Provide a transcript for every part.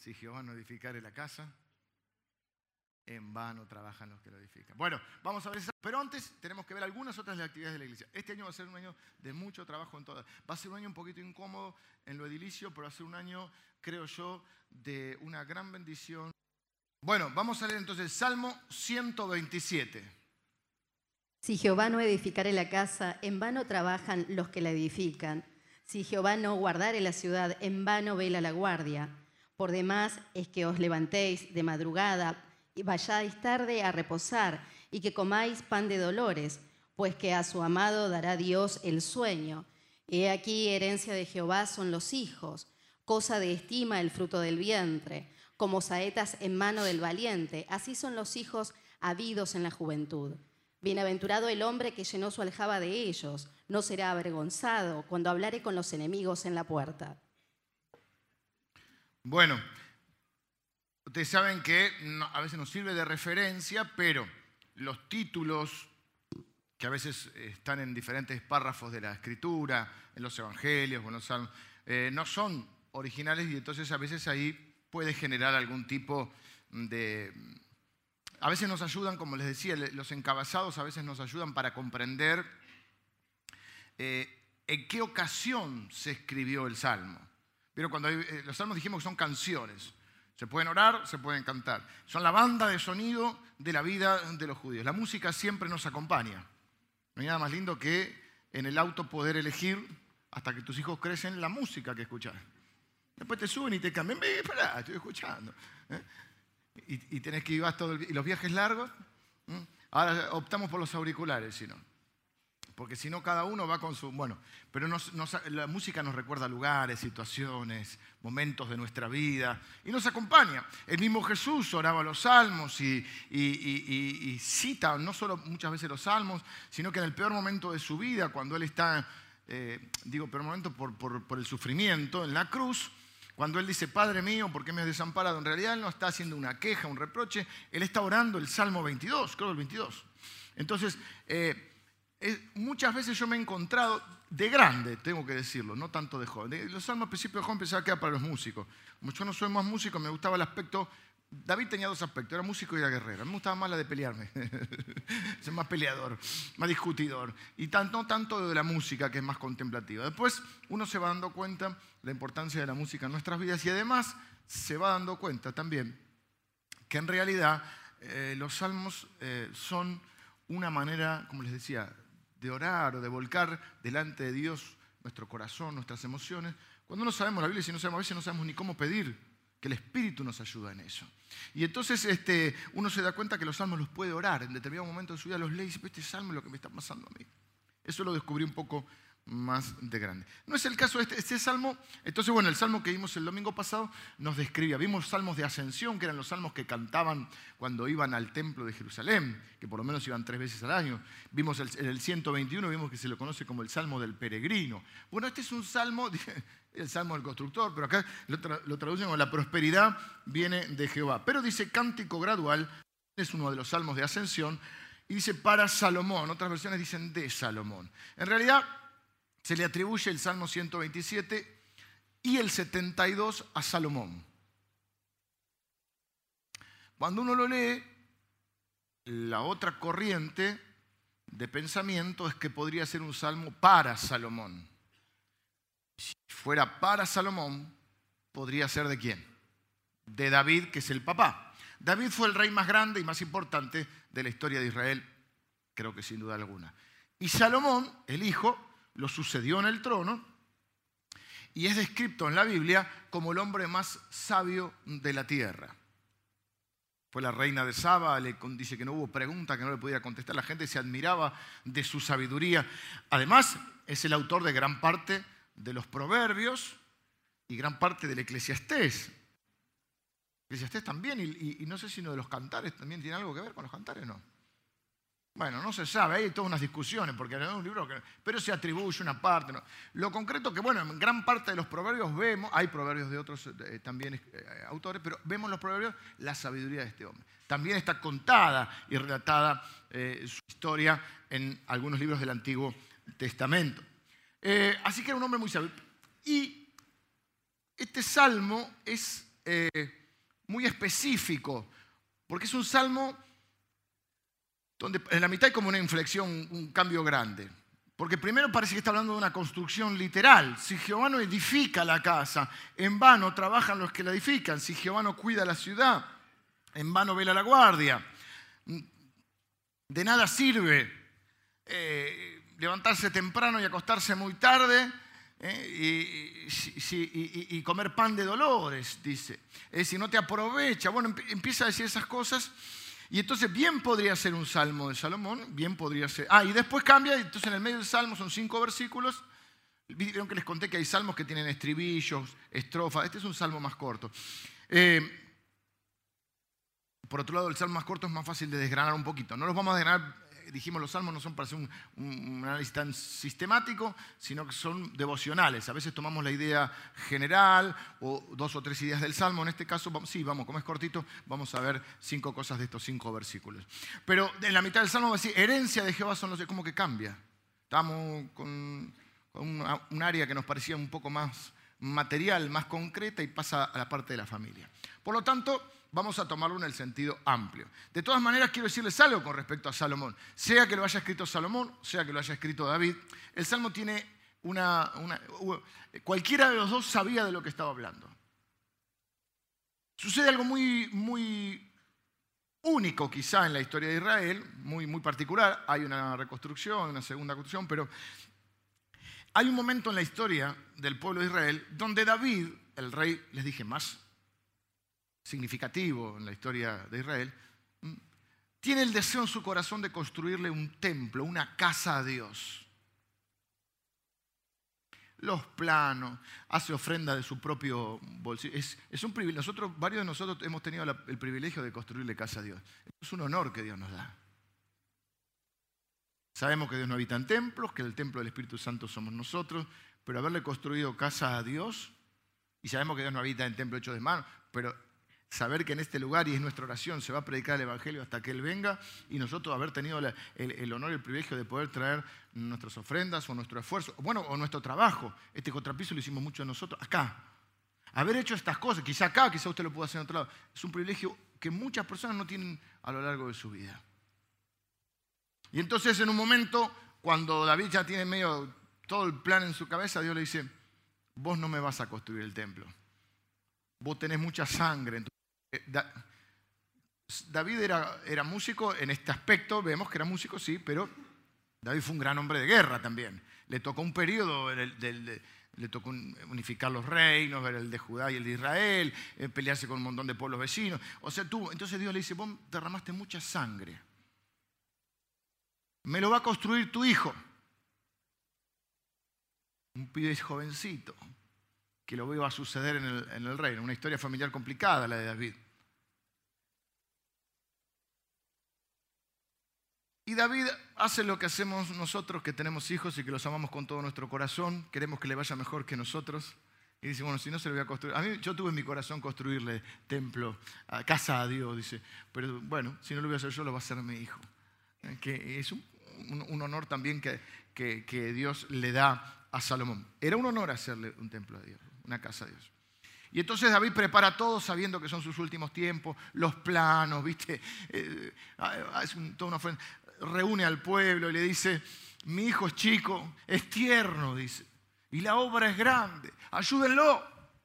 Si Jehová no edificare la casa, en vano trabajan los que lo edifican. Bueno, vamos a ver eso. Pero antes tenemos que ver algunas otras de las actividades de la iglesia. Este año va a ser un año de mucho trabajo en todas. Va a ser un año un poquito incómodo en lo edilicio, pero va a ser un año, creo yo, de una gran bendición. Bueno, vamos a leer entonces Salmo 127. Si Jehová no edificare la casa, en vano trabajan los que la edifican. Si Jehová no guardare la ciudad, en vano vela la guardia. Por demás es que os levantéis de madrugada y vayáis tarde a reposar, y que comáis pan de dolores, pues que a su amado dará Dios el sueño. He aquí, herencia de Jehová son los hijos, cosa de estima el fruto del vientre. Como saetas en mano del valiente, así son los hijos habidos en la juventud. Bienaventurado el hombre que llenó su aljaba de ellos, no será avergonzado cuando hablare con los enemigos en la puerta. Bueno, ustedes saben que a veces nos sirve de referencia, pero los títulos que a veces están en diferentes párrafos de la Escritura, en los Evangelios o en los Salmos, no son originales, y entonces a veces ahí puede generar algún tipo de... A veces nos ayudan, como les decía, los encabezados a veces nos ayudan para comprender en qué ocasión se escribió el Salmo. Pero cuando los salmos dijimos que son canciones. Se pueden orar, se pueden cantar. Son la banda de sonido de la vida de los judíos. La música siempre nos acompaña. No hay nada más lindo que en el auto poder elegir, hasta que tus hijos crecen, la música que escuchar. Después te suben y te cambian. Esperá, estoy escuchando. Y tenés que ir y los viajes largos. Ahora optamos por los auriculares, si no. Porque si no, cada uno va con su... Bueno, pero la música nos recuerda lugares, situaciones, momentos de nuestra vida y nos acompaña. El mismo Jesús oraba los salmos y cita no solo muchas veces los salmos, sino que en el peor momento de su vida, cuando él está, peor momento por el sufrimiento en la cruz, cuando él dice, Padre mío, ¿por qué me has desamparado? En realidad él no está haciendo una queja, un reproche, él está orando el Salmo 22, creo el 22. Entonces... muchas veces yo me he encontrado, de grande, tengo que decirlo, no tanto de joven. Los salmos al principio de joven pensaba que era para los músicos. Como yo no soy más músico, me gustaba el aspecto... David tenía dos aspectos, era músico y era guerrero. A mí me gustaba más la de pelearme, ser más peleador, más discutidor. Y no tanto de la música, que es más contemplativa. Después uno se va dando cuenta de la importancia de la música en nuestras vidas y además se va dando cuenta también que en realidad los salmos son una manera, como les decía, de orar o de volcar delante de Dios nuestro corazón, nuestras emociones. Cuando no sabemos la Biblia, si no sabemos, a veces no sabemos ni cómo pedir, que el Espíritu nos ayuda en eso. Y entonces uno se da cuenta que los salmos los puede orar. En determinado momento de su vida los lee y dice, este salmo es lo que me está pasando a mí. Eso lo descubrí un poco más de grande. No es el caso de este salmo. Entonces, bueno, el salmo que vimos el domingo pasado nos describía. Vimos salmos de ascensión, que eran los salmos que cantaban cuando iban al templo de Jerusalén, que por lo menos iban 3 veces al año. Vimos el 121, vimos que se lo conoce como el salmo del peregrino. Bueno, este es un salmo, el salmo del constructor, pero acá lo traducen como la prosperidad viene de Jehová. Pero dice cántico gradual, es uno de los salmos de ascensión, y dice para Salomón. Otras versiones dicen de Salomón. En realidad, se le atribuye el Salmo 127 y el 72 a Salomón. Cuando uno lo lee, la otra corriente de pensamiento es que podría ser un salmo para Salomón. Si fuera para Salomón, podría ser ¿de quién? De David, que es el papá. David fue el rey más grande y más importante de la historia de Israel, creo que sin duda alguna. Y Salomón, el hijo, lo sucedió en el trono y es descrito en la Biblia como el hombre más sabio de la tierra. Fue la reina de Saba, dice que no hubo pregunta que no le pudiera contestar, la gente se admiraba de su sabiduría. Además, es el autor de gran parte de los proverbios y gran parte del Eclesiastés. Eclesiastés también, y no sé si uno de los cantares también tiene algo que ver con los cantares, ¿no? Bueno, no se sabe, hay todas unas discusiones, porque es un libro pero se atribuye una parte. ¿No? Lo concreto que, bueno, en gran parte de los proverbios vemos, hay proverbios de otros también autores, pero vemos en los proverbios la sabiduría de este hombre. También está contada y relatada su historia en algunos libros del Antiguo Testamento. Así que era un hombre muy sabio. Y este salmo es muy específico, porque es un salmo donde en la mitad hay como una inflexión, un cambio grande. Porque primero parece que está hablando de una construcción literal. Si Jehová no edifica la casa, en vano trabajan los que la edifican. Si Jehová no cuida la ciudad, en vano vela la guardia. De nada sirve levantarse temprano y acostarse muy tarde y comer pan de dolores, dice. Si no te aprovecha. Bueno, empieza a decir esas cosas. Y entonces bien podría ser un salmo de Salomón, bien podría ser. Y después cambia, y entonces en el medio del salmo son 5 versículos. Vieron que les conté que hay salmos que tienen estribillos, estrofas. Este es un salmo más corto. Por otro lado, el salmo más corto es más fácil de desgranar un poquito. No los vamos a desgranar, dijimos, los salmos no son para hacer un análisis tan sistemático, sino que son devocionales. A veces tomamos la idea general o 2 o 3 ideas del salmo. En este caso, sí, vamos, como es cortito, vamos a ver 5 cosas de estos 5 versículos. Pero en la mitad del salmo va a decir, herencia de Jehová son los... ¿Cómo que cambia? Estamos con un área que nos parecía un poco más material, más concreta, y pasa a la parte de la familia. Por lo tanto, vamos a tomarlo en el sentido amplio. De todas maneras, quiero decirles algo con respecto a Salomón. Sea que lo haya escrito Salomón, sea que lo haya escrito David, el salmo tiene cualquiera de los dos sabía de lo que estaba hablando. Sucede algo muy, muy único quizá en la historia de Israel, muy, muy particular. Hay una reconstrucción, una segunda construcción, pero hay un momento en la historia del pueblo de Israel donde David, el rey, les dije, más significativo en la historia de Israel, tiene el deseo en su corazón de construirle un templo, una casa a Dios. Los planos, hace ofrenda de su propio bolsillo. Es un privilegio. Varios de nosotros hemos tenido el privilegio de construirle casa a Dios. Es un honor que Dios nos da. Sabemos que Dios no habita en templos, que el templo del Espíritu Santo somos nosotros, pero haberle construido casa a Dios, y sabemos que Dios no habita en templo hecho de mano, pero saber que en este lugar y en nuestra oración se va a predicar el Evangelio hasta que Él venga, y nosotros haber tenido el honor y el privilegio de poder traer nuestras ofrendas o nuestro esfuerzo, o nuestro trabajo. Este contrapiso lo hicimos mucho nosotros acá. Haber hecho estas cosas, quizá acá, quizá usted lo pueda hacer en otro lado, es un privilegio que muchas personas no tienen a lo largo de su vida. Y entonces en un momento, cuando David ya tiene medio todo el plan en su cabeza, Dios le dice, vos no me vas a construir el templo. Vos tenés mucha sangre. David era músico en este aspecto, vemos que era músico, sí, pero David fue un gran hombre de guerra también. Le tocó un periodo, le tocó unificar los reinos, ver el de Judá y el de Israel, pelearse con un montón de pueblos vecinos. O sea, entonces Dios le dice, vos derramaste mucha sangre. Me lo va a construir tu hijo. Un pibe jovencito que lo iba a suceder en el reino. Una historia familiar complicada la de David. Y David hace lo que hacemos nosotros que tenemos hijos y que los amamos con todo nuestro corazón. Queremos que le vaya mejor que nosotros. Y dice, bueno, si no se lo voy a construir. Yo tuve en mi corazón construirle templo, casa a Dios, dice. Pero bueno, si no lo voy a hacer yo, lo va a hacer mi hijo. Que es un honor también que Dios le da a Salomón. Era un honor hacerle un templo a Dios, una casa a Dios. Y entonces David prepara todo sabiendo que son sus últimos tiempos, los planos, ¿viste? Toda una ofrenda. Reúne al pueblo y le dice, mi hijo es chico, es tierno, dice, y la obra es grande, ayúdenlo.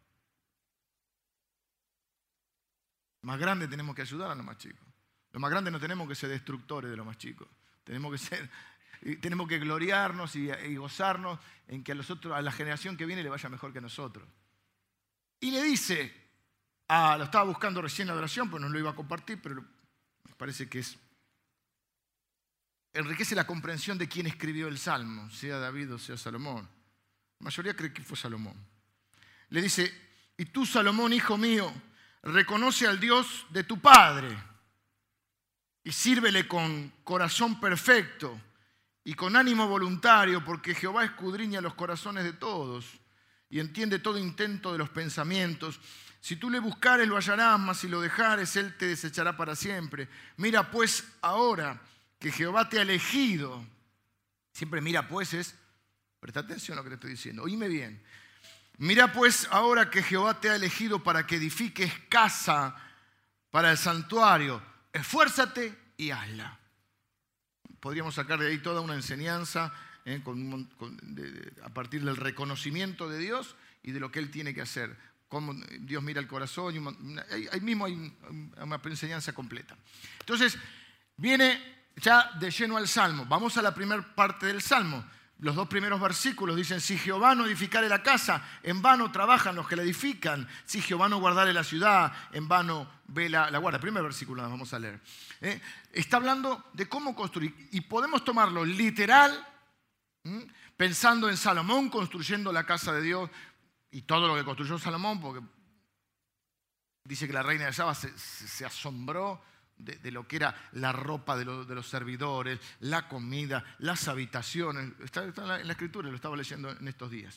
Más grande tenemos que ayudar a los más chicos. Los más grandes no tenemos que ser destructores de los más chicos. Tenemos que gloriarnos y gozarnos en que a la generación que viene le vaya mejor que a nosotros. Y le dice, lo estaba buscando recién la adoración, pues no lo iba a compartir, pero me parece que enriquece la comprensión de quién escribió el Salmo, sea David o sea Salomón. La mayoría cree que fue Salomón. Le dice, y tú, Salomón, hijo mío, reconoce al Dios de tu padre y sírvele con corazón perfecto y con ánimo voluntario, porque Jehová escudriña los corazones de todos y entiende todo intento de los pensamientos. Si tú le buscares, lo hallarás, mas si lo dejares, él te desechará para siempre. Mira pues ahora que Jehová te ha elegido. Siempre mira pues presta atención a lo que te estoy diciendo. Oíme bien. Mira pues ahora que Jehová te ha elegido para que edifiques casa para el santuario. Esfuérzate y hazla. Podríamos sacar de ahí toda una enseñanza a partir del reconocimiento de Dios y de lo que Él tiene que hacer. Cómo Dios mira el corazón. Ahí mismo hay una enseñanza completa. Entonces, viene ya de lleno al Salmo. Vamos a la primera parte del Salmo. Los 2 primeros versículos dicen: si Jehová no edificare la casa, en vano trabajan los que la edifican. Si Jehová no guardare la ciudad, en vano vela la guarda. Primer versículo vamos a leer. Está hablando de cómo construir. Y podemos tomarlo literal, pensando en Salomón construyendo la casa de Dios y todo lo que construyó Salomón, porque dice que la reina de Saba se asombró de lo que era la ropa de los servidores, la comida, las habitaciones. Está en la Escritura, lo estaba leyendo en estos días.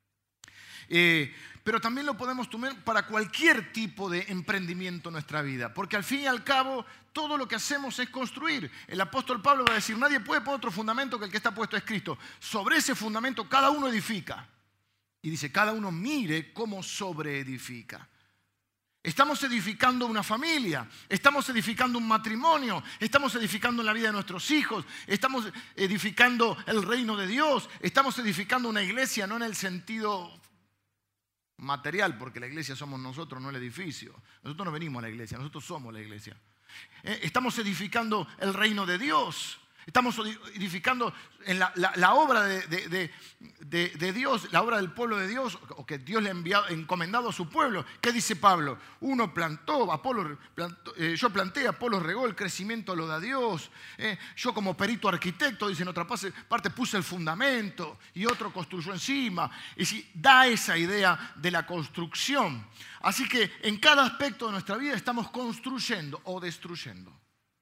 Pero también lo podemos tomar para cualquier tipo de emprendimiento en nuestra vida, porque al fin y al cabo todo lo que hacemos es construir. El apóstol Pablo va a decir: nadie puede poner otro fundamento que el que está puesto es Cristo. Sobre ese fundamento cada uno edifica. Y dice: cada uno mire cómo sobreedifica. Estamos edificando una familia, estamos edificando un matrimonio, estamos edificando la vida de nuestros hijos, estamos edificando el reino de Dios, estamos edificando una iglesia, no en el sentido material, porque la iglesia somos nosotros, no el edificio. Nosotros no venimos a la iglesia, nosotros somos la iglesia. Estamos edificando el reino de Dios. Estamos edificando en la obra de Dios, la obra del pueblo de Dios, o que Dios le ha encomendado a su pueblo. ¿Qué dice Pablo? Uno plantó, yo planté, Apolo regó, el crecimiento lo da Dios. Yo como perito arquitecto, dice en otra parte, puse el fundamento y otro construyó encima. Y si da esa idea de la construcción. Así que en cada aspecto de nuestra vida estamos construyendo o destruyendo.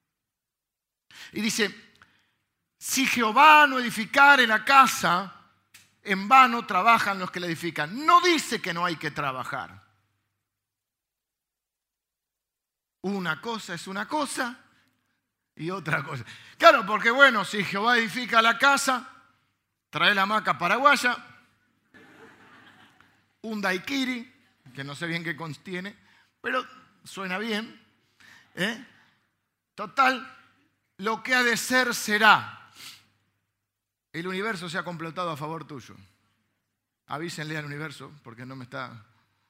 Y dice: si Jehová no edificare la casa, en vano trabajan los que la edifican. No dice que no hay que trabajar. Una cosa es una cosa y otra cosa. Claro, porque bueno, si Jehová edifica la casa, trae la hamaca paraguaya, un daiquiri, que no sé bien qué contiene, pero suena bien. Total, lo que ha de ser será. El universo se ha complotado a favor tuyo. Avísenle al universo, porque no me está...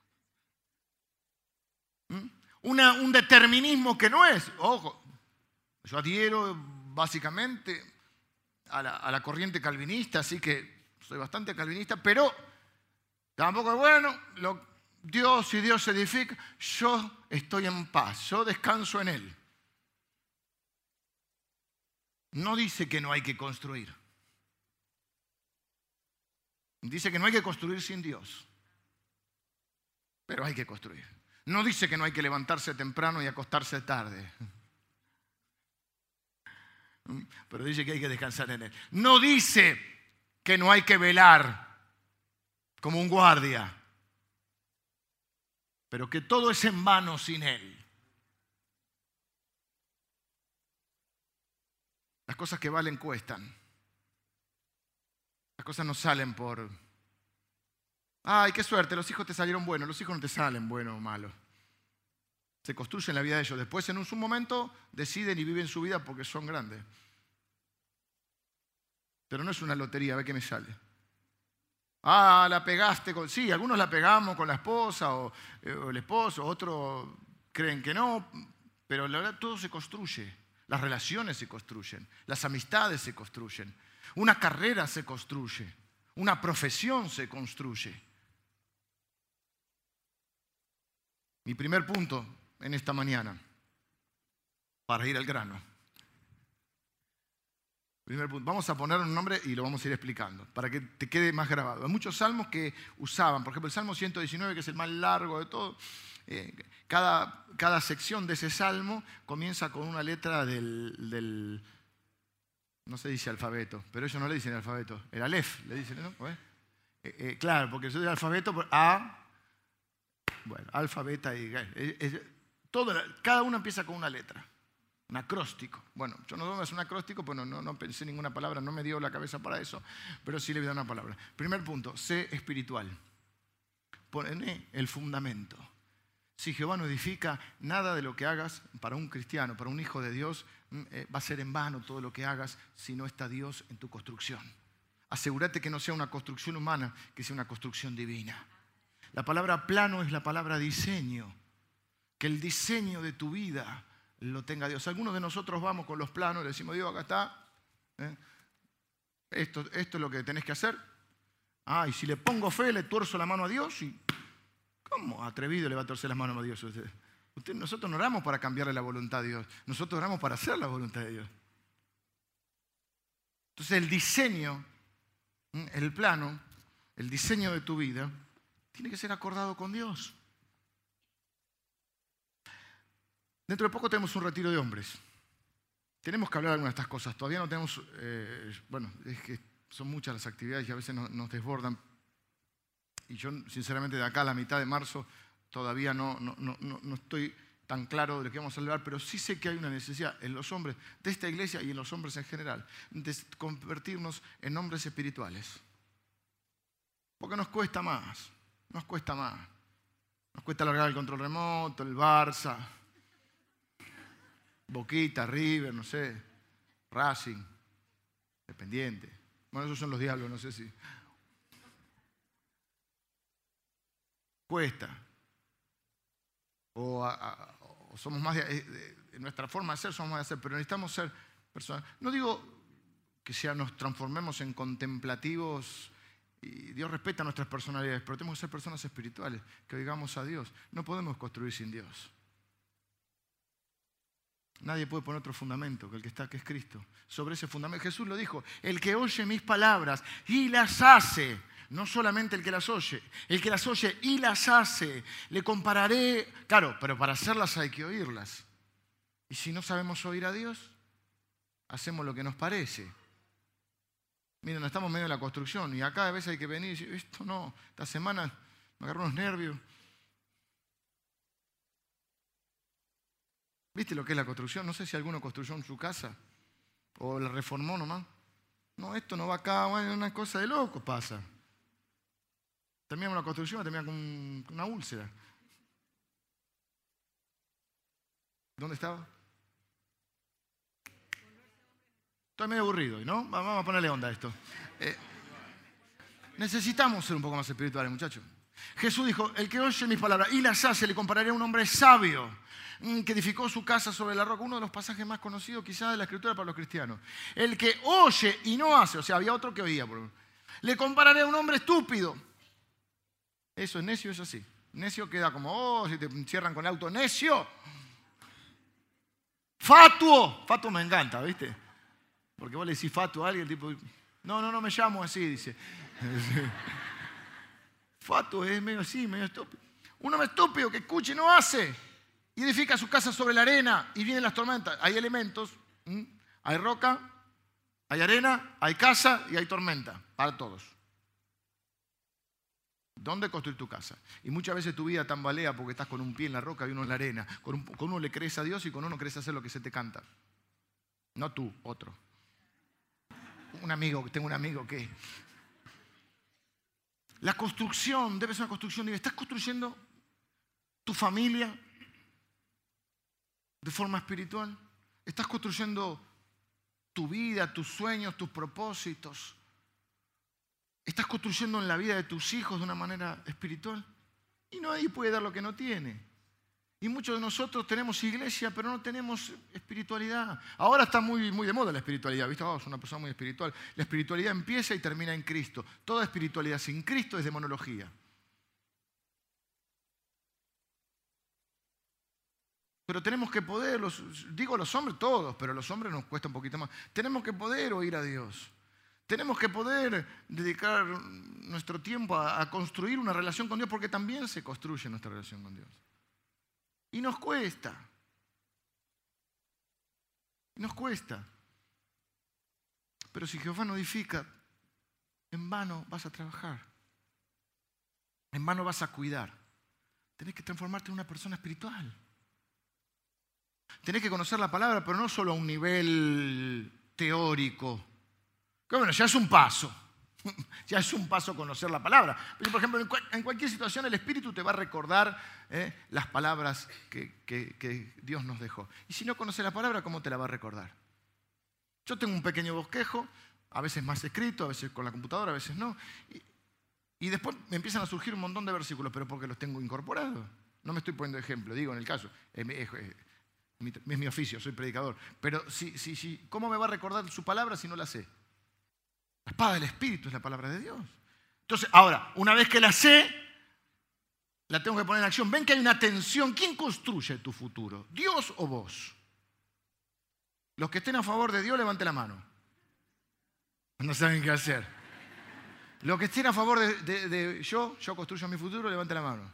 Un determinismo que no es. Ojo, yo adhiero básicamente a la corriente calvinista, así que soy bastante calvinista, pero tampoco es bueno. Si Dios se edifica, yo estoy en paz, yo descanso en Él. No dice que no hay que construir. Dice que no hay que construir sin Dios, pero hay que construir. No dice que no hay que levantarse temprano y acostarse tarde, pero dice que hay que descansar en Él. No dice que no hay que velar como un guardia, pero que todo es en vano sin Él. Las cosas que valen cuestan. Las cosas no salen por... ¡Ay, qué suerte! Los hijos te salieron buenos. Los hijos no te salen buenos o malos. Se construyen la vida de ellos. Después, en un momento, deciden y viven su vida porque son grandes. Pero no es una lotería, a ver qué me sale. Ah, la pegaste con... Sí, algunos la pegamos con la esposa o el esposo, otros creen que no, pero la verdad todo se construye. Las relaciones se construyen, las amistades se construyen. Una carrera se construye, una profesión se construye. Mi primer punto en esta mañana, para ir al grano. Primer punto. Vamos a poner un nombre y lo vamos a ir explicando, para que te quede más grabado. Hay muchos salmos que usaban, por ejemplo el Salmo 119, que es el más largo de todo. Cada sección de ese salmo comienza con una letra del no se dice alfabeto, pero ellos no le dicen alfabeto, el alef, le dicen, ¿no? Claro, porque yo soy alfabeto por A, bueno, alfa, beta y cada uno empieza con una letra, un acróstico. Bueno, yo no es un acróstico, pues no pensé ninguna palabra, no me dio la cabeza para eso, pero sí le voy a dar una palabra. Primer punto, sé espiritual. Poné el fundamento. Si Jehová no edifica, nada de lo que hagas para un cristiano, para un hijo de Dios, va a ser en vano todo lo que hagas si no está Dios en tu construcción. Asegúrate que no sea una construcción humana, que sea una construcción divina. La palabra plano es la palabra diseño. Que el diseño de tu vida lo tenga Dios. Algunos de nosotros vamos con los planos y le decimos, Dios, acá está. Esto es lo que tenés que hacer. Y si le pongo fe, le tuerzo la mano a Dios. ¿Cómo atrevido le va a torcer las manos a Dios? Nosotros no oramos para cambiarle la voluntad a Dios. Nosotros oramos para hacer la voluntad de Dios. Entonces el diseño, el plano, el diseño de tu vida, tiene que ser acordado con Dios. Dentro de poco tenemos un retiro de hombres. Tenemos que hablar de algunas de estas cosas. Todavía no tenemos, es que son muchas las actividades y a veces nos desbordan. Y yo, sinceramente, de acá a la mitad de marzo todavía no estoy tan claro de lo que vamos a hablar, pero sí sé que hay una necesidad en los hombres de esta iglesia y en los hombres en general de convertirnos en hombres espirituales. Porque nos cuesta más. Nos cuesta largar el control remoto, el Barça, Boquita, River, no sé, Racing, Independiente. Bueno, esos son los diablos, no sé si. Cuesta. O somos más de nuestra forma de ser, somos más de hacer, pero necesitamos ser personas. No digo que nos transformemos en contemplativos y Dios respeta nuestras personalidades, pero tenemos que ser personas espirituales, que oigamos a Dios. No podemos construir sin Dios. Nadie puede poner otro fundamento que el que está, que es Cristo. Sobre ese fundamento, Jesús lo dijo, el que oye mis palabras y las hace, no solamente el que las oye y las hace, le compararé, claro, pero para hacerlas hay que oírlas. Y si no sabemos oír a Dios, hacemos lo que nos parece. Miren, estamos en medio de la construcción y acá a veces hay que venir y decir, esto no, esta semana me agarró unos nervios. ¿Viste lo que es la construcción? No sé si alguno construyó en su casa o la reformó nomás. No, esto no va acá, bueno, una cosa de loco pasa. Terminamos la construcción y terminamos con una úlcera. ¿Dónde estaba? Estoy medio aburrido, ¿no? Vamos a ponerle onda a esto. Necesitamos ser un poco más espirituales, muchachos. Jesús dijo, el que oye mis palabras y las hace, le compararé a un hombre sabio que edificó su casa sobre la roca. Uno de los pasajes más conocidos quizás de la Escritura para los cristianos. El que oye y no hace, o sea, había otro que oía. Le compararé a un hombre estúpido. Eso es necio, es así. Necio queda como, si te encierran con el auto, necio. Fatuo. Fatuo me encanta, ¿viste? Porque vos le decís fatuo a alguien, el tipo, no me llamo así, dice. Fatuo es medio así, medio estúpido. Un hombre estúpido que escucha y no hace. Y edifica su casa sobre la arena y vienen las tormentas. Hay elementos, hay roca, hay arena, hay casa y hay tormenta para todos. ¿Dónde construir tu casa? Y muchas veces tu vida tambalea porque estás con un pie en la roca y uno en la arena. Con uno le crees a Dios y con uno crees hacer lo que se te canta. No tú, otro. Tengo un amigo que... La construcción debe ser una construcción. ¿Estás construyendo tu familia de forma espiritual? ¿Estás construyendo tu vida, tus sueños, tus propósitos? ¿Estás construyendo en la vida de tus hijos de una manera espiritual? Y nadie puede dar lo que no tiene. Y muchos de nosotros tenemos iglesia, pero no tenemos espiritualidad. Ahora está muy, muy de moda la espiritualidad. ¿Viste? Soy una persona muy espiritual. La espiritualidad empieza y termina en Cristo. Toda espiritualidad sin Cristo es demonología. Pero tenemos que poder, digo los hombres todos, pero a los hombres nos cuesta un poquito más. Tenemos que poder oír a Dios. Tenemos que poder dedicar nuestro tiempo a construir una relación con Dios, porque también se construye nuestra relación con Dios. Y nos cuesta. Nos cuesta. Pero si Jehová no edifica, en vano vas a trabajar. En vano vas a cuidar. Tenés que transformarte en una persona espiritual. Tenés que conocer la palabra, pero no solo a un nivel teórico. Que bueno, ya es un paso. Ya es un paso conocer la palabra. Pero, por ejemplo, en cualquier situación el Espíritu te va a recordar las palabras que Dios nos dejó. Y si no conoces la palabra, ¿cómo te la va a recordar? Yo tengo un pequeño bosquejo, a veces más escrito, a veces con la computadora, a veces no. Y después me empiezan a surgir un montón de versículos, pero porque los tengo incorporados. No me estoy poniendo ejemplo, digo en el caso. Es mi oficio, soy predicador. Pero ¿cómo me va a recordar su palabra si no la sé? La espada del Espíritu es la palabra de Dios. Entonces, ahora, una vez que la sé, la tengo que poner en acción. Ven que hay una tensión. ¿Quién construye tu futuro? ¿Dios o vos? Los que estén a favor de Dios, levanten la mano. No saben qué hacer. Los que estén a favor de yo construyo mi futuro, levanten la mano.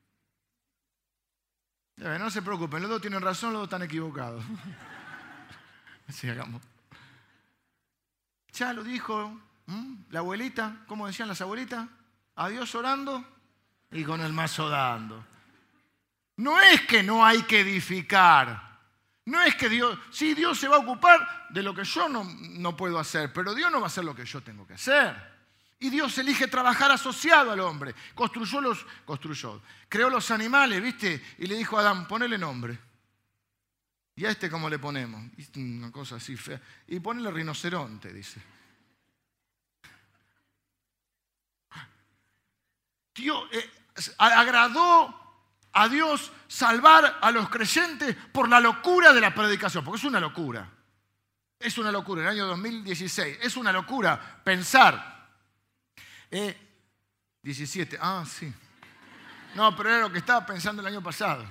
No se preocupen, los dos tienen razón, los dos están equivocados. Así hagamos. Ya lo dijo la abuelita, ¿cómo decían las abuelitas? A Dios orando y con el mazo dando. No es que no hay que edificar. No es que Dios se va a ocupar de lo que yo no puedo hacer, pero Dios no va a hacer lo que yo tengo que hacer. Y Dios elige trabajar asociado al hombre. Creó los animales, ¿viste? Y le dijo a Adán, ponele nombre. ¿Y a este cómo le ponemos? Una cosa así fea. Y ponele rinoceronte, dice. Dios, agradó a Dios salvar a los creyentes por la locura de la predicación, porque es una locura. Es una locura, en el año 2016. Es una locura pensar. 17, sí. No, pero era lo que estaba pensando el año pasado.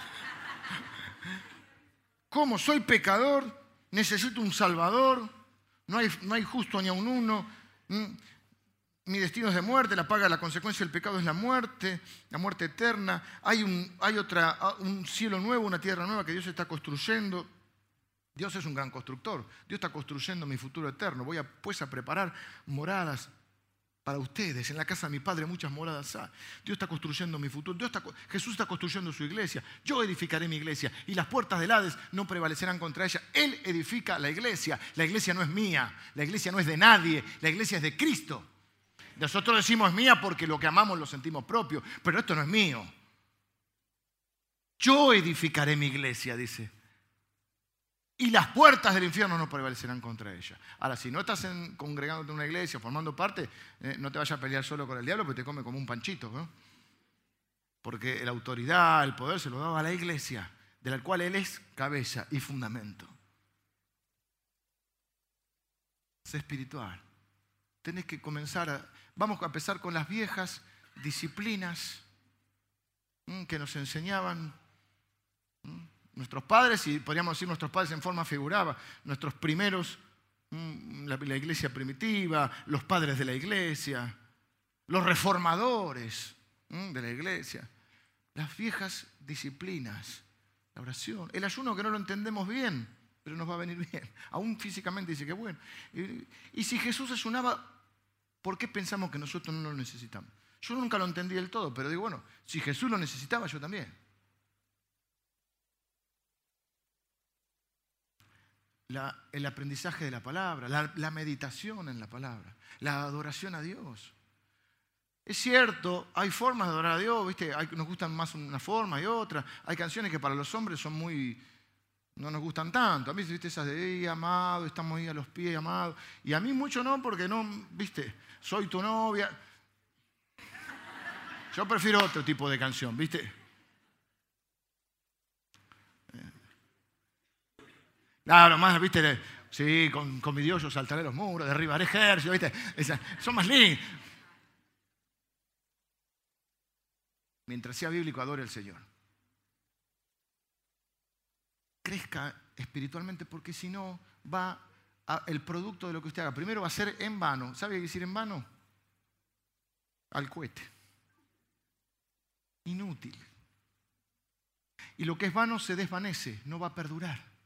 ¿Cómo? Soy pecador, necesito un salvador, no hay justo ni a un uno. Mi destino es de muerte, la consecuencia del pecado es la muerte eterna. Hay un cielo nuevo, una tierra nueva que Dios está construyendo. Dios es un gran constructor. Dios está construyendo mi futuro eterno. Voy pues a preparar moradas para ustedes. En la casa de mi Padre muchas moradas hay. Dios está construyendo mi futuro. Jesús está construyendo su iglesia. Yo edificaré mi iglesia y las puertas del Hades no prevalecerán contra ella. Él edifica la iglesia. La iglesia no es mía. La iglesia no es de nadie. La iglesia es de Cristo. Nosotros decimos es mía porque lo que amamos lo sentimos propio. Pero esto no es mío. Yo edificaré mi iglesia, dice. Y las puertas del infierno no prevalecerán contra ella. Ahora, si no estás congregándote en una iglesia, formando parte, no te vayas a pelear solo con el diablo porque te come como un panchito, ¿no? Porque la autoridad, el poder se lo daba a la iglesia, de la cual él es cabeza y fundamento. Sé espiritual. Tenés que vamos a empezar con las viejas disciplinas que nos enseñaban nuestros padres, y podríamos decir nuestros padres en forma figurada, nuestros primeros, la iglesia primitiva, los padres de la iglesia, los reformadores de la iglesia, las viejas disciplinas, la oración, el ayuno que no lo entendemos bien, pero nos va a venir bien, aún físicamente dice que bueno. Y si Jesús ayunaba, ¿por qué pensamos que nosotros no lo necesitamos? Yo nunca lo entendí del todo, pero digo, bueno, si Jesús lo necesitaba, yo también. El aprendizaje de la palabra, la meditación en la palabra, la adoración a Dios. Es cierto, hay formas de adorar a Dios, ¿viste? Nos gustan más una forma y otra. Hay canciones que para los hombres son no nos gustan tanto. A mí, ¿viste? Esas de, amado, estamos ahí a los pies, amado. Y a mí mucho no, porque no, ¿viste? Soy tu novia. Yo prefiero otro tipo de canción, ¿viste? Claro, más, ¿viste? Sí, con mi Dios yo saltaré los muros, derribaré ejércitos, ¿viste? Son más lindos. Mientras sea bíblico, adore al Señor. Crezca espiritualmente, porque si no, el producto de lo que usted haga. Primero va a ser en vano. ¿Sabe qué quiere decir en vano? Al cohete. Inútil. Y lo que es vano se desvanece, no va a perdurar.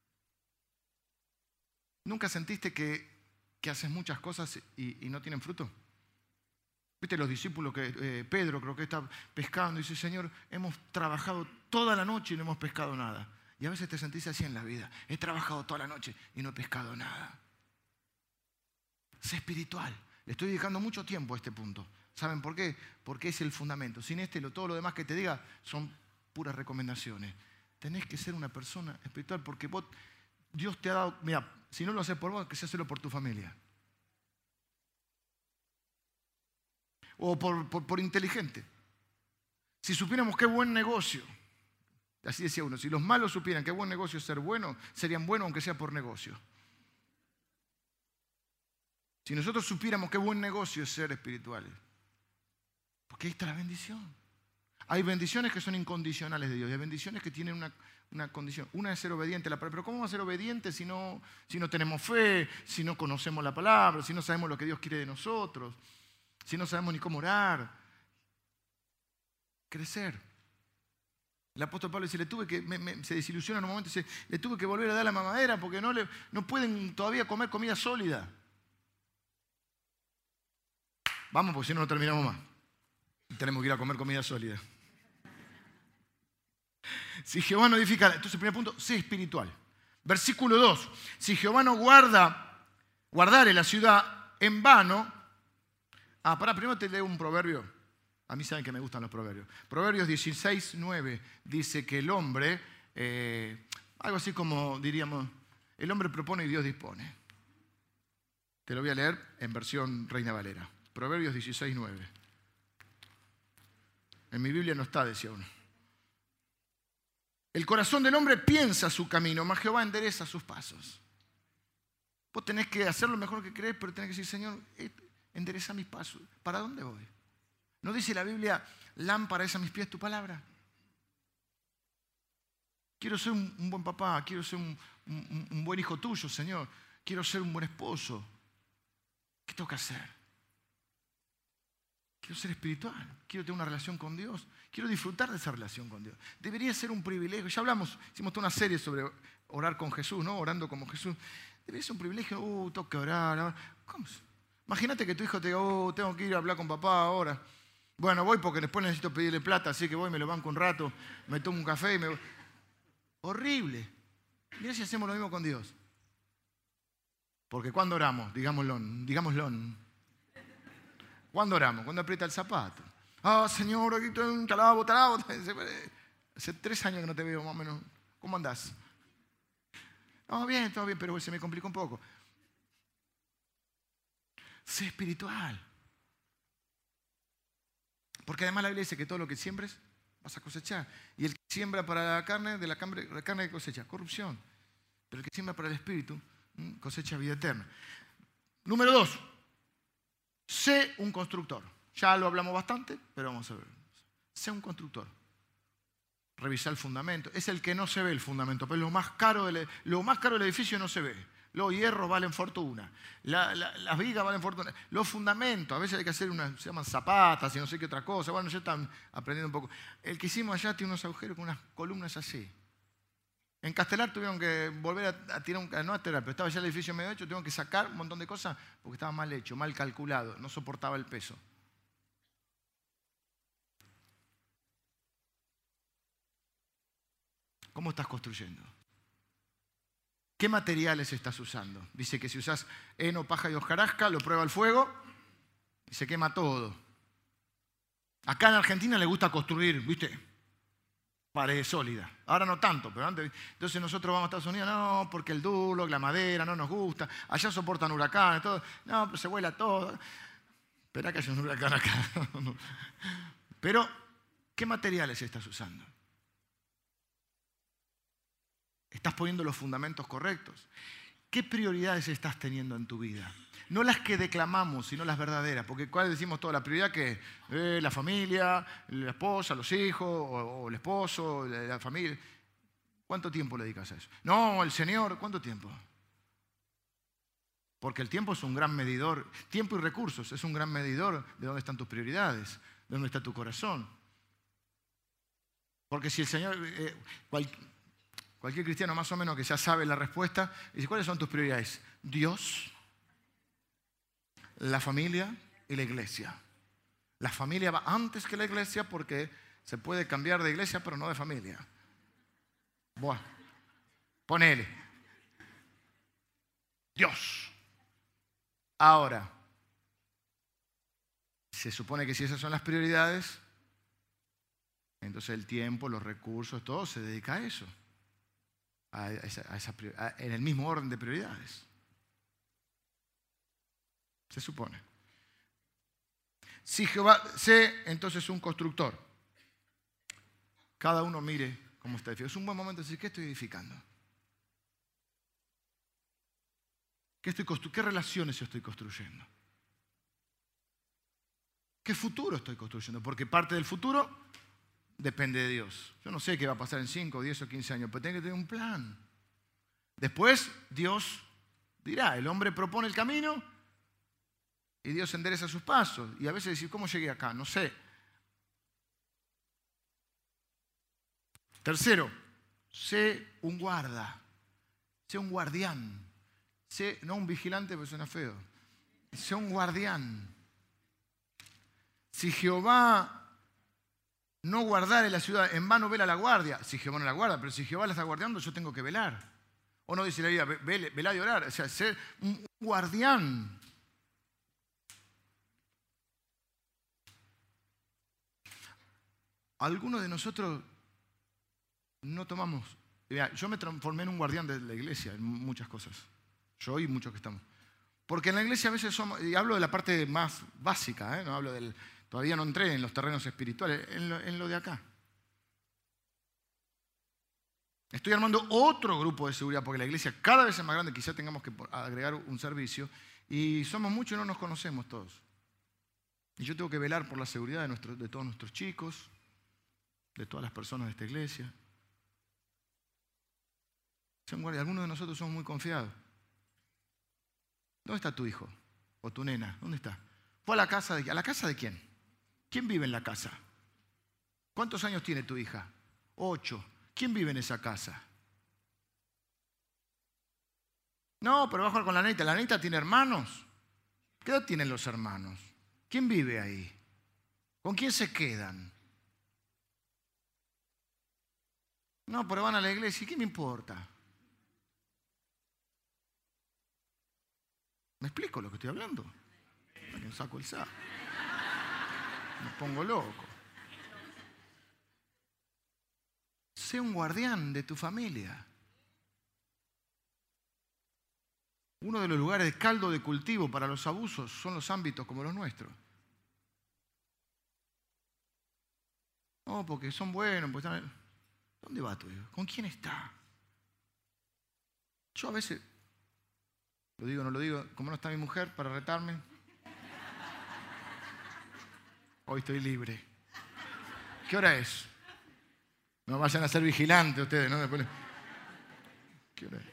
¿Nunca sentiste que haces muchas cosas y no tienen fruto? ¿Viste los discípulos que Pedro creo que está pescando y dice, Señor, hemos trabajado toda la noche y no hemos pescado nada? Y a veces te sentís así en la vida. He trabajado toda la noche y no he pescado nada. Sé espiritual. Le estoy dedicando mucho tiempo a este punto. ¿Saben por qué? Porque es el fundamento. Sin todo lo demás que te diga son puras recomendaciones. Tenés que ser una persona espiritual porque Dios te ha dado... Mira, si no lo haces por vos, que se hacerlo por tu familia. O por inteligente. Si supiéramos qué buen negocio, así decía uno, si los malos supieran qué buen negocio es ser bueno, serían buenos aunque sea por negocio. Si nosotros supiéramos qué buen negocio es ser espirituales, porque ahí está la bendición. Hay bendiciones que son incondicionales de Dios y hay bendiciones que tienen una condición. Una es ser obediente a la palabra. Pero ¿cómo vamos a ser obedientes si no tenemos fe, si no conocemos la palabra, si no sabemos lo que Dios quiere de nosotros, si no sabemos ni cómo orar? Crecer. El apóstol Pablo dice, se desilusiona en un momento, dice, le tuve que volver a dar la mamadera porque no pueden todavía comer comida sólida. Vamos, porque si no terminamos más. Tenemos que ir a comer comida sólida. Si Jehová no edifica, entonces el primer punto, sé espiritual. Versículo 2, si Jehová no guardare la ciudad en vano. Primero te leo un proverbio. A mí saben que me gustan los proverbios. Proverbios 16:9 dice que el hombre, algo así como diríamos, el hombre propone y Dios dispone. Te lo voy a leer en versión Reina Valera. Proverbios 16:9. En mi Biblia no está, decía uno. El corazón del hombre piensa su camino, mas Jehová endereza sus pasos. Vos tenés que hacer lo mejor que crees, pero tenés que decir, Señor, endereza mis pasos. ¿Para dónde voy? ¿No dice la Biblia, lámpara es a mis pies tu palabra? Quiero ser un buen papá, quiero ser un buen hijo tuyo, Señor. Quiero ser un buen esposo. ¿Qué tengo que hacer? Quiero ser espiritual, quiero tener una relación con Dios, quiero disfrutar de esa relación con Dios. Debería ser un privilegio. Ya hicimos toda una serie sobre orar con Jesús, ¿no? Orando como Jesús. Debería ser un privilegio. Tengo que orar. ¿Cómo? Imagínate que tu hijo te diga, tengo que ir a hablar con papá ahora. Bueno, voy porque después necesito pedirle plata, así que voy, me lo banco un rato, me tomo un café y me voy. Horrible. Mira si hacemos lo mismo con Dios. Porque cuando oramos, digámoslo. ¿Cuándo oramos? Cuando aprieta el zapato. Señor, aquí te alabo. Hace 3 años que no te veo, más o menos. ¿Cómo andás? Todo bien, pero se me complicó un poco. Sé espiritual. Porque además la Biblia dice que todo lo que siembres vas a cosechar. Y el que siembra para la carne, de la carne cosecha corrupción. Pero el que siembra para el espíritu cosecha vida eterna. Número 2. Sé un constructor. Ya lo hablamos bastante, pero vamos a ver. Sé un constructor. Revisa el fundamento. Es el que no se ve el fundamento, pero lo más caro del edificio no se ve. Los hierros valen fortuna. Las vigas valen fortuna. Los fundamentos, a veces hay que hacer se llaman zapatas y no sé qué otra cosa. Bueno, ya están aprendiendo un poco. El que hicimos allá tiene unos agujeros con unas columnas así. En Castelar tuvieron que volver a tirar no a tirar, pero estaba ya el edificio medio hecho, tuvieron que sacar un montón de cosas porque estaba mal hecho, mal calculado, no soportaba el peso. ¿Cómo estás construyendo? ¿Qué materiales estás usando? Dice que si usas heno, paja y hojarasca, lo prueba al fuego y se quema todo. Acá en Argentina le gusta construir, ¿viste? Pared sólida. Ahora no tanto, pero antes. Entonces nosotros vamos a Estados Unidos, no, porque el duro, la madera, no nos gusta. Allá soportan huracanes, todo. No, pero se vuela todo. Esperá que haya un huracán acá. Pero, ¿qué materiales estás usando? ¿Estás poniendo los fundamentos correctos? ¿Qué prioridades estás teniendo en tu vida? No las que declamamos, sino las verdaderas. Porque ¿cuál decimos toda la prioridad? Que la familia, la esposa, los hijos, o el esposo, la familia. ¿Cuánto tiempo le dedicas a eso? No, el Señor, ¿cuánto tiempo? Porque el tiempo es un gran medidor. Tiempo y recursos es un gran medidor de dónde están tus prioridades, de dónde está tu corazón. Porque si el Señor... Cualquier cristiano más o menos que ya sabe la respuesta, dice, ¿cuáles son tus prioridades? Dios, la familia y la iglesia. La familia va antes que la iglesia porque se puede cambiar de iglesia pero no de familia. Buah, ponele. Dios. Ahora, se supone que si esas son las prioridades, entonces el tiempo, los recursos, todo se dedica a eso, en el mismo orden de prioridades. Se supone. Si Jehová, sé entonces un constructor. Cada uno mire cómo está edificando. Es un buen momento de decir, ¿qué estoy edificando? ¿Qué relaciones yo estoy construyendo? ¿Qué futuro estoy construyendo? Porque parte del futuro depende de Dios. Yo no sé qué va a pasar en 5, 10 o 15 años, pero tengo que tener un plan. Después Dios dirá, el hombre propone el camino y Dios endereza sus pasos. Y a veces decir, ¿cómo llegué acá? No sé. Tercero, sé un guarda, sé un guardián. Sé, no un vigilante porque suena feo. Sé un guardián. Si Jehová no guardare la ciudad, en vano vela la guardia. Si Jehová no la guarda, pero si Jehová la está guardando, yo tengo que velar. O no dice la Biblia, velad y orar. O sea, ser un guardián. Algunos de nosotros no tomamos. Mira, yo me transformé en un guardián de la iglesia en muchas cosas. Yo y muchos que estamos. Porque en la iglesia a veces somos, y hablo de la parte más básica, no hablo del. Todavía no entré en los terrenos espirituales, en lo de acá. Estoy armando otro grupo de seguridad porque la iglesia cada vez es más grande, quizá tengamos que agregar un servicio, y somos muchos y no nos conocemos todos. Y yo tengo que velar por la seguridad de todos nuestros chicos, de todas las personas de esta iglesia. Algunos de nosotros somos muy confiados. ¿Dónde está tu hijo? ¿O tu nena? ¿Dónde está? ¿Fue a la casa de quién? ¿A la casa de quién? ¿Quién vive en la casa? ¿Cuántos años tiene tu hija? 8. ¿Quién vive en esa casa? No, pero va a jugar con la nenita. ¿La nenita tiene hermanos? ¿Qué edad tienen los hermanos? ¿Quién vive ahí? ¿Con quién se quedan? No, pero van a la iglesia. ¿Y qué me importa? ¿Me explico lo que estoy hablando? Me saco el saco. Me pongo loco. Sé un guardián de tu familia. Uno de los lugares de caldo de cultivo para los abusos son los ámbitos como los nuestros. No, porque son buenos. Pues ¿dónde va tu hijo? ¿Con quién está? Yo a veces, lo digo, no lo digo, como no está mi mujer para retarme, hoy estoy libre. ¿Qué hora es? No vayan a ser vigilantes ustedes, ¿no? Después... ¿Qué hora es?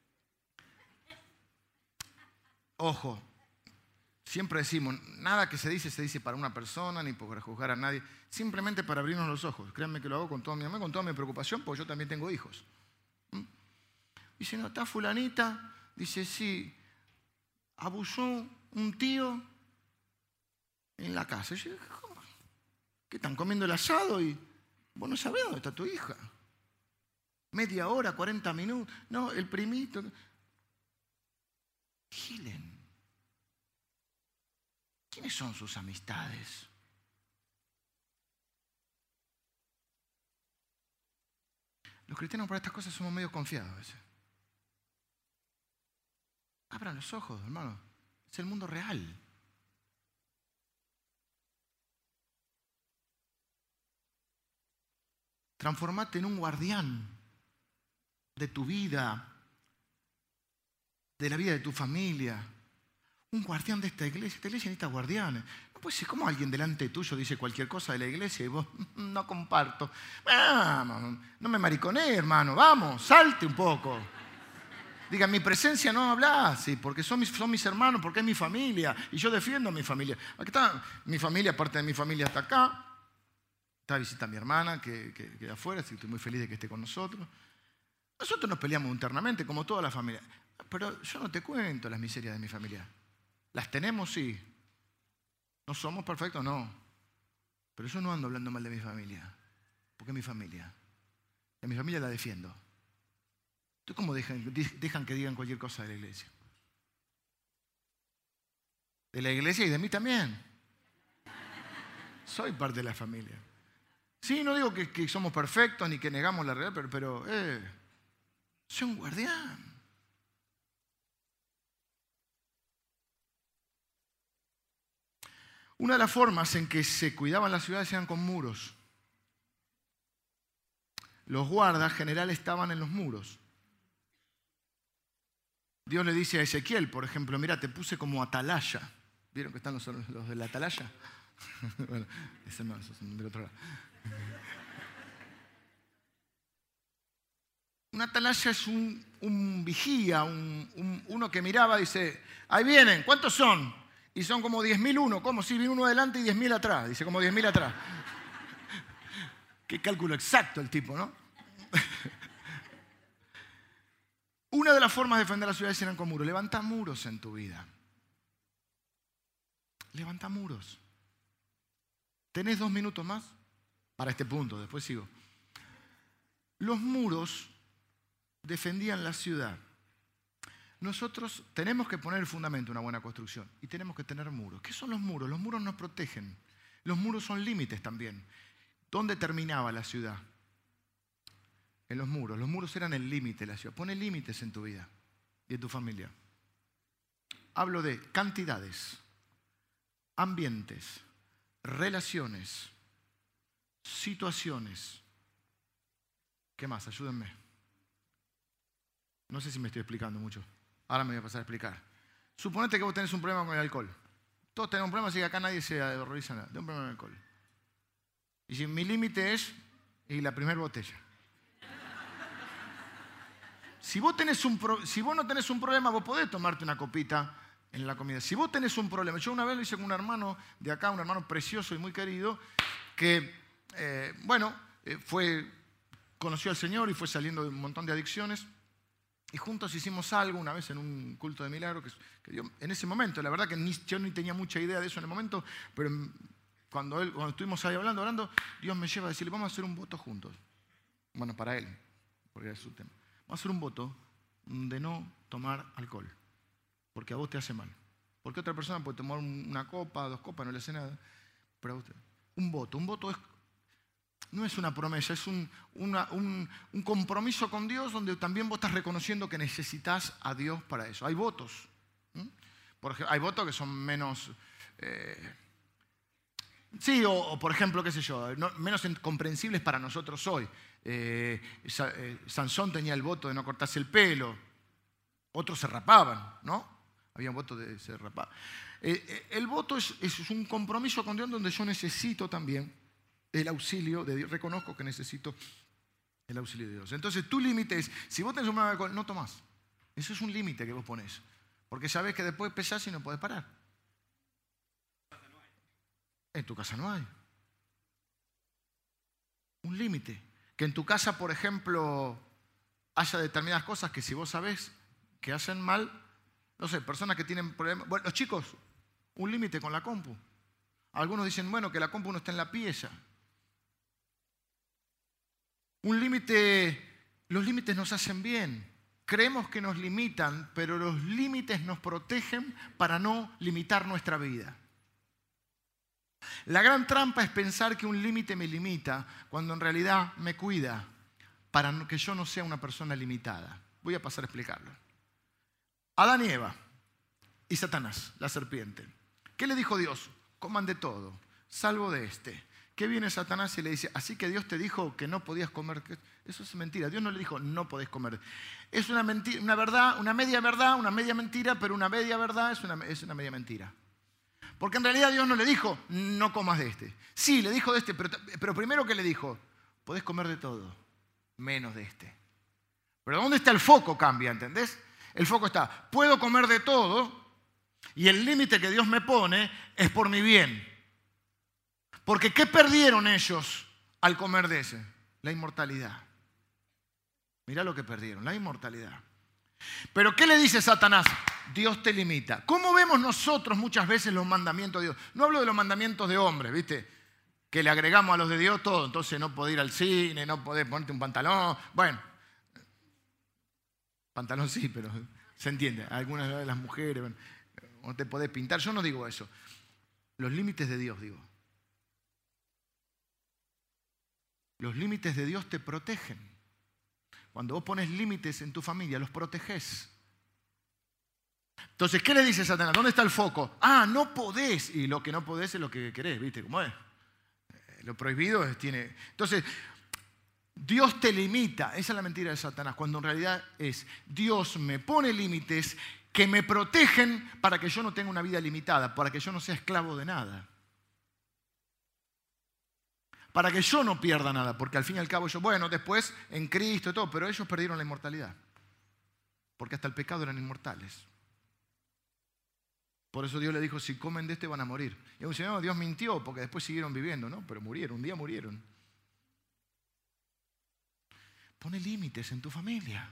Ojo, siempre decimos, nada que se dice para una persona, ni para juzgar a nadie, simplemente para abrirnos los ojos. Créanme que lo hago con toda mi amor, con toda mi preocupación, porque yo también tengo hijos. Dice, no, está fulanita, dice, sí, abusó un tío en la casa. Y yo, ¿cómo? ¿Qué están comiendo el asado? Y vos no sabés dónde está tu hija. Media hora, 40 minutos. No, el primito. Vigilen. ¿Quiénes son sus amistades? Los cristianos para estas cosas somos medio confiados a veces. Abran los ojos, hermano. Es el mundo real. Transformate en un guardián de tu vida, de la vida de tu familia. Un guardián de esta iglesia. Esta iglesia necesita guardianes. No puede ser como alguien delante tuyo dice cualquier cosa de la iglesia y vos no comparto. Vamos, no me mariconé, hermano. Vamos, salte un poco. Diga, en mi presencia no hablas, sí, porque son mis hermanos, porque es mi familia. Y yo defiendo a mi familia. Aquí está mi familia, parte de mi familia está acá. Está de visita a mi hermana que queda afuera, así que estoy muy feliz de que esté con nosotros. Nosotros nos peleamos internamente, como toda la familia. Pero yo no te cuento las miserias de mi familia. ¿Las tenemos? Sí. ¿No somos perfectos? No. Pero yo no ando hablando mal de mi familia, porque es mi familia. Y a mi familia la defiendo. ¿Tú cómo dejan que digan cualquier cosa de la iglesia? De la iglesia y de mí también. Soy parte de la familia. Sí, no digo que somos perfectos ni que negamos la realidad, pero soy un guardián. Una de las formas en que se cuidaban las ciudades eran con muros. Los guardas generales estaban en los muros. Dios le dice a Ezequiel, por ejemplo, mira, te puse como atalaya. ¿Vieron que están los de la atalaya? Bueno, ese no, esos son del otro lado. Una atalaya es un vigía, uno que miraba y dice, ahí vienen, ¿cuántos son? Y son como 10.000 uno. ¿Cómo? Sí, viene uno adelante y 10.000 atrás. Dice, como 10.000 atrás. Qué cálculo exacto el tipo, ¿no? Una de las formas de defender las ciudades eran con muros. Levanta muros en tu vida. Levanta muros. ¿Tenés 2 minutos más? Para este punto, después sigo. Los muros defendían la ciudad. Nosotros tenemos que poner el fundamento de una buena construcción y tenemos que tener muros. ¿Qué son los muros? Los muros nos protegen. Los muros son límites también. ¿Dónde terminaba la ciudad? En los muros. Los muros eran el límite de la ciudad. Pone límites en tu vida y en tu familia. Hablo de cantidades, ambientes, relaciones, situaciones. ¿Qué más? Ayúdenme. No sé si me estoy explicando mucho. Ahora me voy a pasar a explicar. Suponete que vos tenés un problema con el alcohol. Todos tenemos un problema, así que acá nadie se horroriza nada. Tengo un problema con el alcohol. Y si mi límite es la primera botella. Si vos no tenés un problema, vos podés tomarte una copita en la comida. Si vos tenés un problema, yo una vez lo hice con un hermano de acá, un hermano precioso y muy querido, que, conoció al Señor y fue saliendo de un montón de adicciones. Y juntos hicimos algo una vez en un culto de milagro que Dios, en ese momento, la verdad que yo ni tenía mucha idea de eso en el momento, pero cuando estuvimos ahí hablando, Dios me lleva a decirle, vamos a hacer un voto juntos. Bueno, para él, porque era su tema. Vamos a hacer un voto de no tomar alcohol, porque a vos te hace mal. Porque otra persona puede tomar una copa, 2 copas, no le hace nada. Pero a usted, un voto no es una promesa, es un compromiso con Dios donde también vos estás reconociendo que necesitas a Dios para eso. Hay votos. Por ejemplo, hay votos que son menos... o por ejemplo, qué sé yo, menos comprensibles para nosotros hoy. Sansón tenía el voto de no cortarse el pelo. Otros se rapaban, ¿no? Había un voto de se rapar. El voto es un compromiso con Dios donde yo necesito también el auxilio de Dios. Reconozco que necesito el auxilio de Dios. Entonces, tu límite es, si vos tenés un problema de alcohol, no tomás. Eso es un límite que vos ponés. Porque sabés que después pesás y no podés parar. En tu casa no hay. Un límite. Que en tu casa, por ejemplo, haya determinadas cosas que si vos sabés que hacen mal, no sé, personas que tienen problemas. Bueno, los chicos, un límite con la compu. Algunos dicen, bueno, que la compu no está en la pieza. Un límite, los límites nos hacen bien. Creemos que nos limitan, pero los límites nos protegen para no limitar nuestra vida. La gran trampa es pensar que un límite me limita, cuando en realidad me cuida para que yo no sea una persona limitada. Voy a pasar a explicarlo. Adán y Eva y Satanás, la serpiente. ¿Qué le dijo Dios? Coman de todo, salvo de este. ¿Qué viene Satanás y le dice? Así que Dios te dijo que no podías comer. Eso es mentira. Dios no le dijo no podés comer. Es una mentira, una verdad, una media mentira, pero una media verdad es una media mentira. Porque en realidad Dios no le dijo no comas de este. Sí, le dijo de este, pero primero que le dijo, podés comer de todo, menos de este. Pero ¿dónde está el foco? Cambia, ¿entendés? El foco está, puedo comer de todo y el límite que Dios me pone es por mi bien. Porque ¿qué perdieron ellos al comer de ese? La inmortalidad. Mirá lo que perdieron, la inmortalidad. Pero ¿qué le dice Satanás? Dios te limita. ¿Cómo vemos nosotros muchas veces los mandamientos de Dios? No hablo de los mandamientos de hombres, ¿viste? Que le agregamos a los de Dios todo. Entonces no podés ir al cine, no podés ponerte un pantalón. Bueno, pantalón sí, pero se entiende. Algunas de las mujeres, bueno, no te podés pintar. Yo no digo eso. Los límites de Dios, digo. Los límites de Dios te protegen. Cuando vos pones límites en tu familia, los protegés. Entonces, ¿qué le dice Satanás? ¿Dónde está el foco? No podés. Y lo que no podés es lo que querés, ¿viste cómo es? Lo prohibido tiene... Entonces, Dios te limita. Esa es la mentira de Satanás, cuando en realidad es Dios me pone límites que me protegen para que yo no tenga una vida limitada, para que yo no sea esclavo de nada. Para que yo no pierda nada, porque al fin y al cabo después en Cristo y todo, pero ellos perdieron la inmortalidad. Porque hasta el pecado eran inmortales. Por eso Dios le dijo, si comen de este van a morir. Y uno dice, no, Dios mintió, porque después siguieron viviendo, ¿no? Pero murieron, un día murieron. Pone límites en tu familia.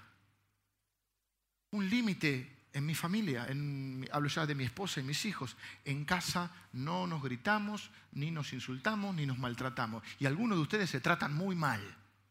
Un límite en mi familia, hablo ya de mi esposa y mis hijos. En casa no nos gritamos, ni nos insultamos, ni nos maltratamos. Y algunos de ustedes se tratan muy mal.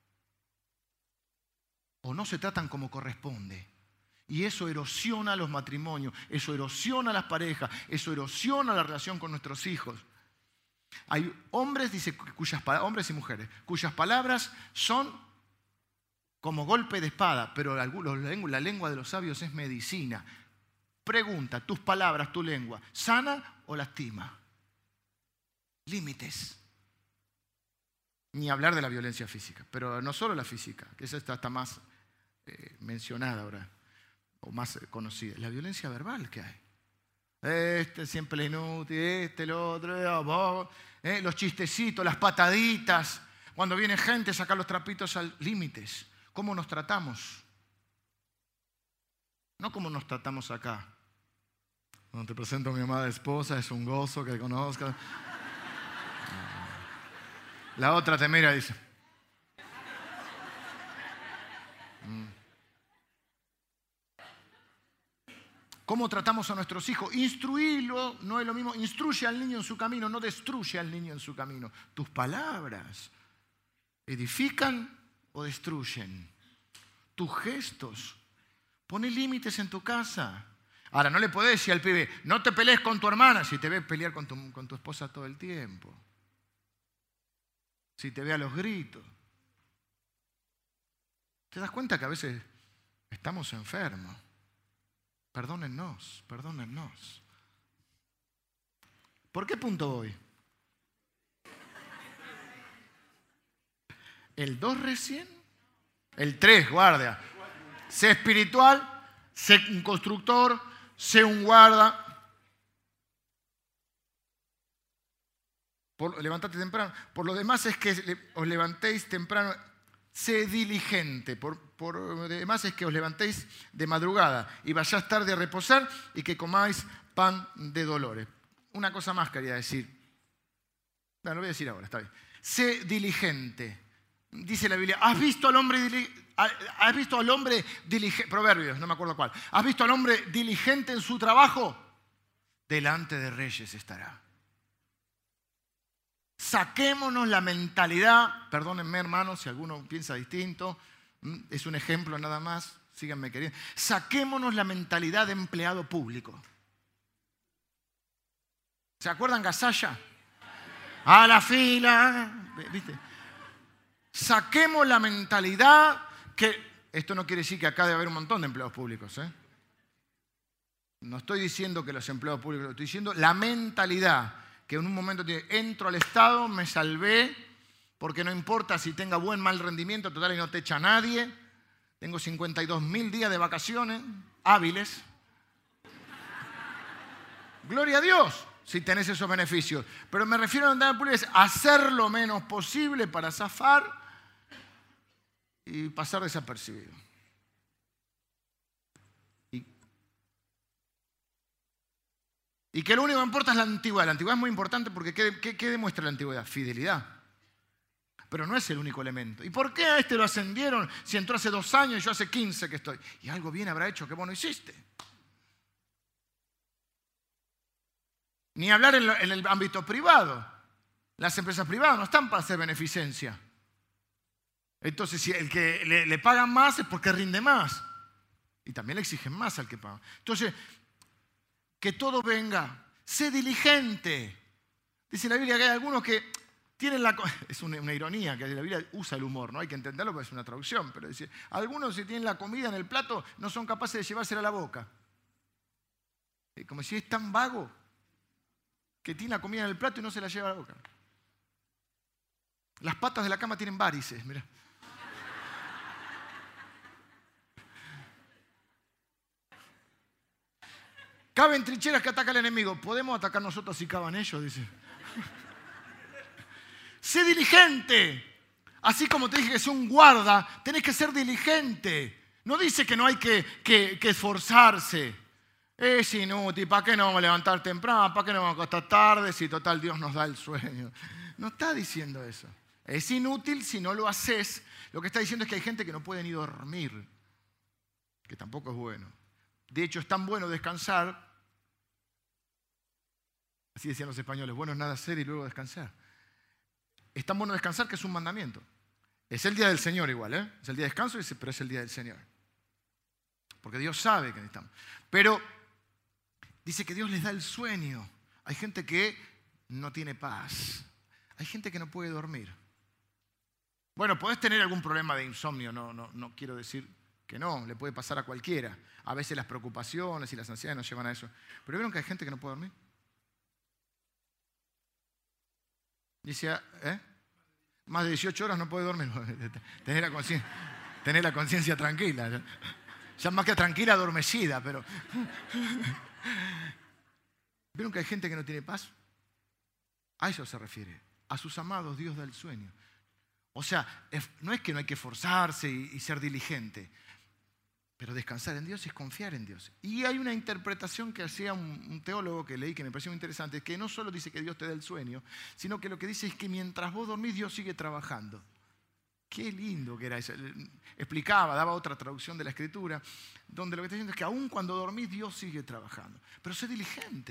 O no se tratan como corresponde. Y eso erosiona los matrimonios, eso erosiona las parejas, eso erosiona la relación con nuestros hijos. Hay hombres, hombres y mujeres, cuyas palabras son como golpe de espada, pero la lengua de los sabios es medicina. Pregunta, tus palabras, tu lengua, ¿sana o lastima? Límites. Ni hablar de la violencia física, pero no solo la física, que esa está más mencionada ahora, o más conocida. La violencia verbal que hay. Siempre es inútil, el otro, los chistecitos, las pataditas. Cuando viene gente, sacar los trapitos al límites. ¿Cómo nos tratamos? No como nos tratamos acá. Cuando te presento a mi amada esposa, es un gozo que conozcas. La otra te mira y dice... ¿Cómo tratamos a nuestros hijos? Instruirlo no es lo mismo. Instruye al niño en su camino, no destruye al niño en su camino. Tus palabras edifican o destruyen. Tus gestos. Pone límites en tu casa. Ahora, no le podés decir al pibe, no te pelees con tu hermana, si te ve pelear con tu esposa todo el tiempo. Si te ve a los gritos. ¿Te das cuenta que a veces estamos enfermos? Perdónennos, perdónennos. ¿Por qué punto voy? ¿El 2 recién? El 3, guardia. Sé espiritual, sé un constructor, sé un guarda. Levantate temprano. Por lo demás es que os levantéis temprano. Sé diligente. Por lo demás es que os levantéis de madrugada y vayáis tarde a reposar y que comáis pan de dolores. Una cosa más quería decir. No, lo voy a decir ahora, está bien. Sé diligente. Dice la Biblia, ¿has visto al hombre diligente? Proverbios, no me acuerdo cuál. ¿Has visto al hombre diligente en su trabajo? Delante de reyes estará. Saquémonos la mentalidad, perdónenme hermanos si alguno piensa distinto, es un ejemplo nada más, síganme queriendo. Saquémonos la mentalidad de empleado público. ¿Se acuerdan Gasalla? A la fila, ¿viste? Saquemos la mentalidad que... Esto no quiere decir que acá debe haber un montón de empleados públicos, ¿eh? No estoy diciendo que los empleados públicos, estoy diciendo la mentalidad que en un momento entro al Estado, me salvé, porque no importa si tenga buen mal rendimiento, total y no te echa nadie. Tengo 52.000 días de vacaciones hábiles. Gloria a Dios si tenés esos beneficios. Pero me refiero a andar público, es hacer lo menos posible para zafar y pasar desapercibido. Y que lo único que importa es la antigüedad. La antigüedad es muy importante porque ¿qué demuestra la antigüedad? Fidelidad. Pero no es el único elemento. ¿Y por qué a este lo ascendieron si entró hace 2 años y yo hace 15 que estoy? Y algo bien habrá hecho que vos no hiciste. Ni hablar en el ámbito privado. Las empresas privadas no están para hacer beneficencia. Entonces, si el que le pagan más es porque rinde más. Y también le exigen más al que paga. Entonces, que todo venga. Sé diligente. Dice la Biblia que hay algunos que Es una ironía que la Biblia usa el humor, no hay que entenderlo porque es una traducción, pero dice, algunos si tienen la comida en el plato no son capaces de llevársela a la boca. Como si es tan vago que tiene la comida en el plato y no se la lleva a la boca. Las patas de la cama tienen varices, mirá. Caben trincheras que ataca el enemigo. ¿Podemos atacar nosotros si cavan ellos? Dice. Sé diligente. Así como te dije que sé un guarda, tenés que ser diligente. No dice que no hay que esforzarse. Es inútil, ¿para qué no vamos a levantar temprano? ¿Para qué no vamos a acostar tarde si total Dios nos da el sueño? No está diciendo eso. Es inútil si no lo haces. Lo que está diciendo es que hay gente que no puede ni dormir, que tampoco es bueno. De hecho, es tan bueno descansar, así decían los españoles, bueno es nada hacer y luego descansar. Es tan bueno descansar que es un mandamiento. Es el día del Señor igual, ¿eh? Es el día de descanso, pero es el día del Señor. Porque Dios sabe que necesitamos. Pero dice que Dios les da el sueño. Hay gente que no tiene paz. Hay gente que no puede dormir. Bueno, podés tener algún problema de insomnio, no quiero decir que no, le puede pasar a cualquiera. A veces las preocupaciones y las ansiedades nos llevan a eso. Pero ¿vieron que hay gente que no puede dormir? Dice, más de 18 horas no puede dormir. Tener la conciencia tranquila. Ya más que tranquila, adormecida, pero... ¿Vieron que hay gente que no tiene paz? A eso se refiere. A sus amados Dios da el sueño. O sea, no es que no hay que esforzarse y ser diligente, pero descansar en Dios es confiar en Dios. Y hay una interpretación que hacía un teólogo que leí que me pareció muy interesante, que no solo dice que Dios te da el sueño, sino que lo que dice es que mientras vos dormís, Dios sigue trabajando. Qué lindo que era eso. Explicaba, daba otra traducción de la Escritura, donde lo que está diciendo es que aún cuando dormís, Dios sigue trabajando. Pero sé diligente.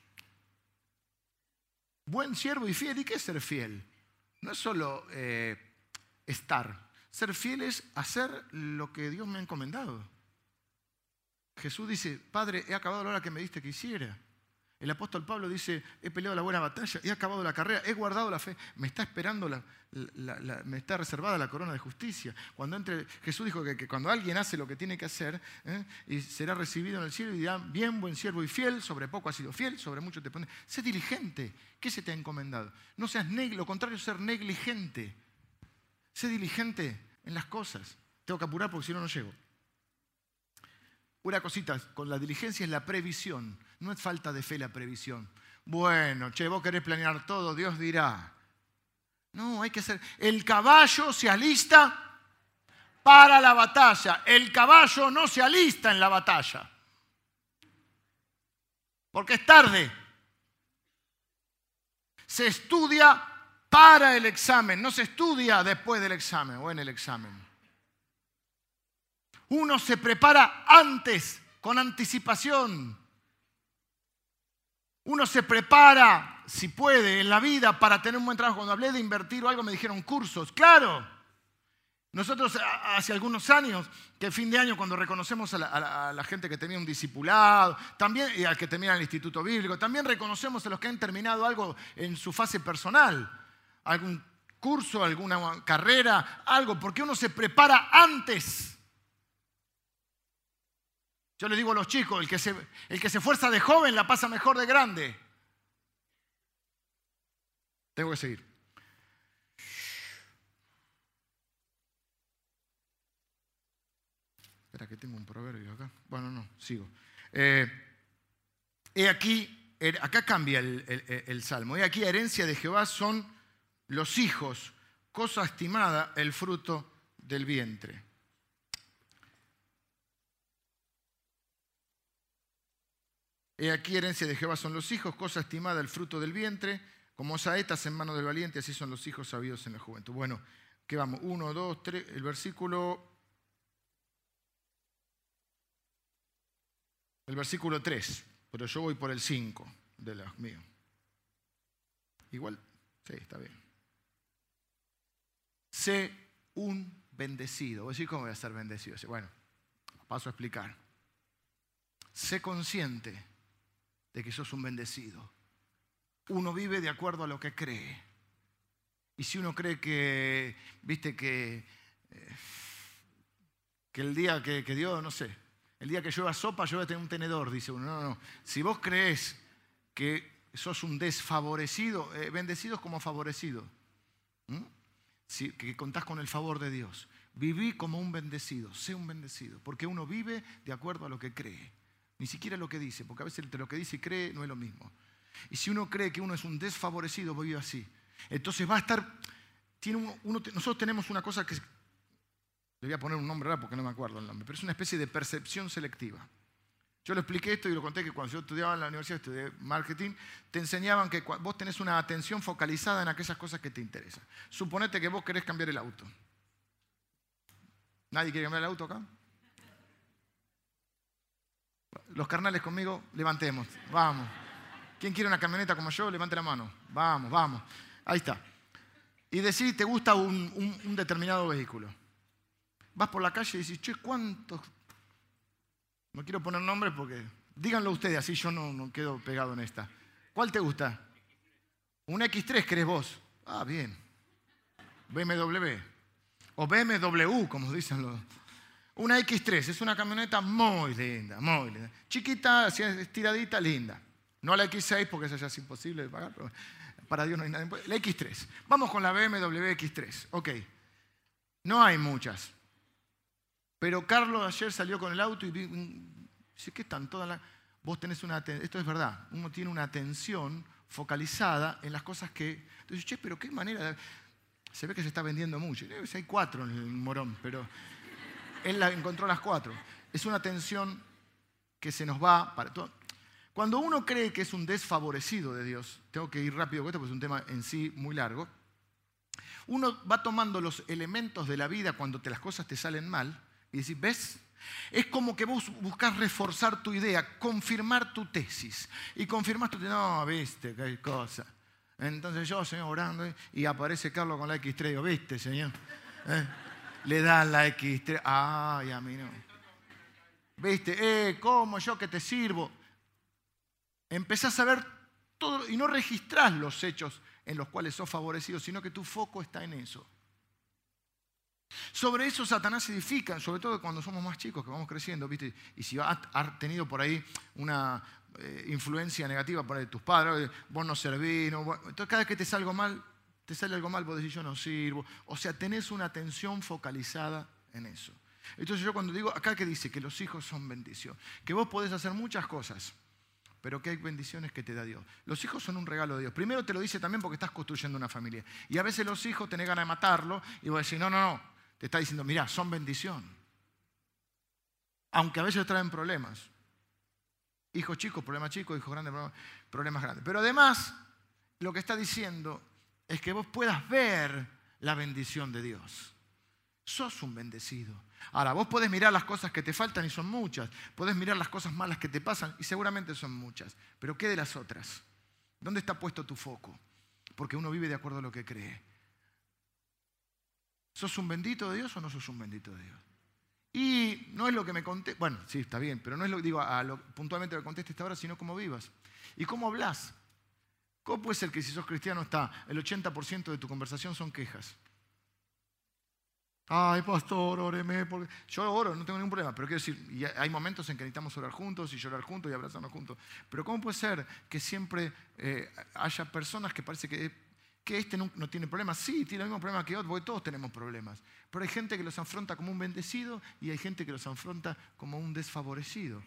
Buen siervo y fiel. ¿Y qué es ser fiel? No es solo estar. Ser fiel es hacer lo que Dios me ha encomendado. Jesús dice, Padre, he acabado la hora que me diste que hiciera. El apóstol Pablo dice, he peleado la buena batalla, he acabado la carrera, he guardado la fe. Me está esperando, me está reservada la corona de justicia. Jesús dijo que cuando alguien hace lo que tiene que hacer, y será recibido en el cielo y dirá, bien, buen siervo y fiel, sobre poco has sido fiel, sobre mucho te pondré. Sé diligente. ¿Qué se te ha encomendado? No seas lo contrario es ser negligente. Sé diligente en las cosas. Tengo que apurar porque si no, no llego. Una cosita, con la diligencia es la previsión. No es falta de fe la previsión. Bueno, vos querés planear todo, Dios dirá. No, hay que hacer. El caballo se alista para la batalla. El caballo no se alista en la batalla. Porque es tarde. Se estudia para el examen, no se estudia después del examen o en el examen. Uno se prepara antes, con anticipación. Uno se prepara, si puede, en la vida para tener un buen trabajo. Cuando hablé de invertir o algo me dijeron cursos. ¡Claro! Nosotros hace algunos años, que el fin de año cuando reconocemos a la gente que tenía un discipulado, también y al que termina el instituto bíblico, también reconocemos a los que han terminado algo en su fase personal. Algún curso, alguna carrera, algo, porque uno se prepara antes. Yo le digo a los chicos, el que se esfuerza de joven la pasa mejor de grande. Tengo que seguir. Espera que tengo un proverbio acá. Bueno, no, sigo. Acá cambia el salmo. He aquí, herencia de Jehová son los hijos, cosa estimada, el fruto del vientre. He aquí, herencia de Jehová son los hijos, cosa estimada, el fruto del vientre, como saetas en mano del valiente, así son los hijos sabidos en la juventud. Bueno, ¿qué vamos? 1, 2, 3, el versículo 3, pero yo voy por el 5 de los míos. Igual, sí, está bien. Sé un bendecido. Voy a decir, ¿cómo voy a ser bendecido? Bueno, paso a explicar. Sé consciente de que sos un bendecido. Uno vive de acuerdo a lo que cree. Y si uno cree que, viste, que el día que Dios, no sé, el día que llueva sopa, yo voy a tener un tenedor, dice uno. No, no. Si vos crees que sos un desfavorecido, bendecidos como favorecidos, que contás con el favor de Dios. Viví como un bendecido, sé un bendecido, porque uno vive de acuerdo a lo que cree, ni siquiera lo que dice, porque a veces entre lo que dice y cree no es lo mismo. Y si uno cree que uno es un desfavorecido, vive así. Entonces va a estar, nosotros tenemos una cosa que, le voy a poner un nombre ahora porque no me acuerdo el nombre, pero es una especie de percepción selectiva. Yo le expliqué esto y lo conté que cuando yo estudiaba en la universidad, estudié marketing, te enseñaban que vos tenés una atención focalizada en aquellas cosas que te interesan. Suponete que vos querés cambiar el auto. ¿Nadie quiere cambiar el auto acá? Los carnales conmigo, levantemos. Vamos. ¿Quién quiere una camioneta como yo? Levante la mano. Vamos, vamos. Ahí está. Y decís, te gusta un determinado vehículo. Vas por la calle y decís, che, ¿cuántos? No quiero poner nombres porque... Díganlo ustedes, así yo no quedo pegado en esta. ¿Cuál te gusta? Un X3 querés vos. Ah, bien. BMW. O BMW, como dicen los... Una X3 es una camioneta muy linda, muy linda. Chiquita, así estiradita, linda. No la X6 porque esa ya es imposible de pagar, pero para Dios no hay nada. La X3. Vamos con la BMW X3. Ok. No hay muchas. Pero Carlos ayer salió con el auto y dice, ¿qué están todas las...? Vos tenés esto es verdad, uno tiene una atención focalizada en las cosas que... Entonces, che, pero qué manera... Se ve que se está vendiendo mucho. Hay 4 en el Morón, pero él encontró las 4. Es una atención que se nos va para todo. Cuando uno cree que es un desfavorecido de Dios, tengo que ir rápido con esto porque es un tema en sí muy largo, uno va tomando los elementos de la vida cuando las cosas te salen mal y decís, ¿ves? Es como que vos buscás reforzar tu idea, confirmar tu tesis. Y confirmás tu tesis, no, viste, qué cosa. Entonces yo, señor, orando, y aparece Carlos con la X3, digo, viste, señor. Le dan la X3, ay, a mí no. Viste, ¿cómo yo que te sirvo? Empezás a ver todo y no registrás los hechos en los cuales sos favorecido, sino que tu foco está en eso. Sobre eso Satanás edifica, sobre todo cuando somos más chicos, que vamos creciendo, ¿viste? Y si has tenido por ahí una influencia negativa por ahí de tus padres, vos no servís, entonces cada vez que te sale algo mal, vos decís yo no sirvo. O sea, tenés una atención focalizada en eso. Entonces yo cuando digo, acá que dice que los hijos son bendición, que vos podés hacer muchas cosas, pero que hay bendiciones que te da Dios. Los hijos son un regalo de Dios. Primero te lo dice también porque estás construyendo una familia. Y a veces los hijos tenés ganas de matarlo y vos decís, no. Te está diciendo, mirá, son bendición. Aunque a veces traen problemas. Hijos chicos, problemas chicos, hijos grandes, problemas grandes. Pero además, lo que está diciendo es que vos puedas ver la bendición de Dios. Sos un bendecido. Ahora, vos podés mirar las cosas que te faltan y son muchas. Podés mirar las cosas malas que te pasan y seguramente son muchas. Pero ¿qué de las otras? ¿Dónde está puesto tu foco? Porque uno vive de acuerdo a lo que cree. ¿Sos un bendito de Dios o no sos un bendito de Dios? Y no es lo que me conté, bueno, sí, está bien, pero no es lo que digo puntualmente lo que conteste ahora, sino cómo vivas. ¿Y cómo hablas? ¿Cómo puede ser que si sos cristiano el 80% de tu conversación son quejas? Ay, pastor, óreme. Porque... Yo oro, no tengo ningún problema, pero quiero decir, y hay momentos en que necesitamos orar juntos y llorar juntos y abrazarnos juntos. Pero ¿cómo puede ser que siempre haya personas que parece que este no tiene problemas? Sí, tiene el mismo problema que otro, porque todos tenemos problemas. Pero hay gente que los afronta como un bendecido y hay gente que los afronta como un desfavorecido.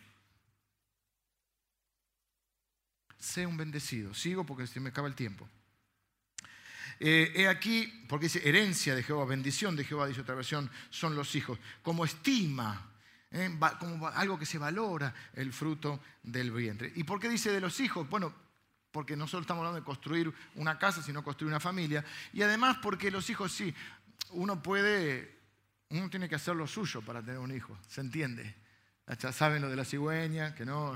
Sé un bendecido. Sigo porque se me acaba el tiempo. He aquí, porque dice herencia de Jehová, bendición de Jehová, dice otra versión, son los hijos. Como estima, como algo que se valora el fruto del vientre. ¿Y por qué dice de los hijos? Bueno, porque no solo estamos hablando de construir una casa, sino construir una familia. Y además porque los hijos sí, uno tiene que hacer lo suyo para tener un hijo, ¿se entiende? Ya saben lo de la cigüeña, que no...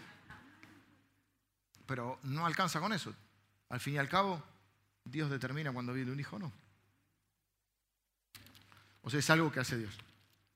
Pero no alcanza con eso. Al fin y al cabo, Dios determina cuando viene un hijo o no. O sea, es algo que hace Dios.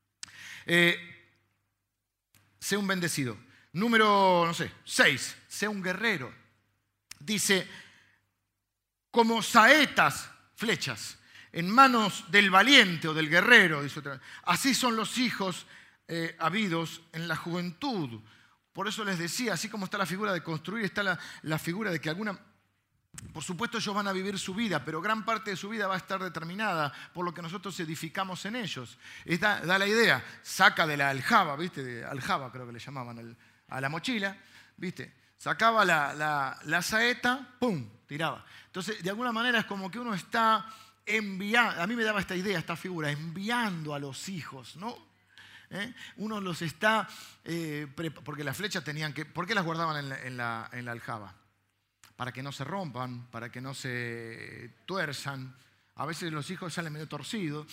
Sé un bendecido. Número, 6. Sé un guerrero. Dice, como saetas flechas, en manos del valiente o del guerrero, dice otra vez. Así son los hijos habidos en la juventud. Por eso les decía, así como está la figura de construir, está la figura de que por supuesto ellos van a vivir su vida, pero gran parte de su vida va a estar determinada por lo que nosotros edificamos en ellos. Da la idea, saca de la aljaba, ¿viste? De aljaba creo que le llamaban a la mochila, ¿viste? Sacaba la saeta, ¡pum!, tiraba. Entonces, de alguna manera es como que uno está enviando, a mí me daba esta idea, esta figura, enviando a los hijos, ¿no? Uno los está, porque las flechas tenían que, ¿por qué las guardaban en la aljaba? Para que no se rompan, para que no se tuerzan. A veces los hijos salen medio torcidos.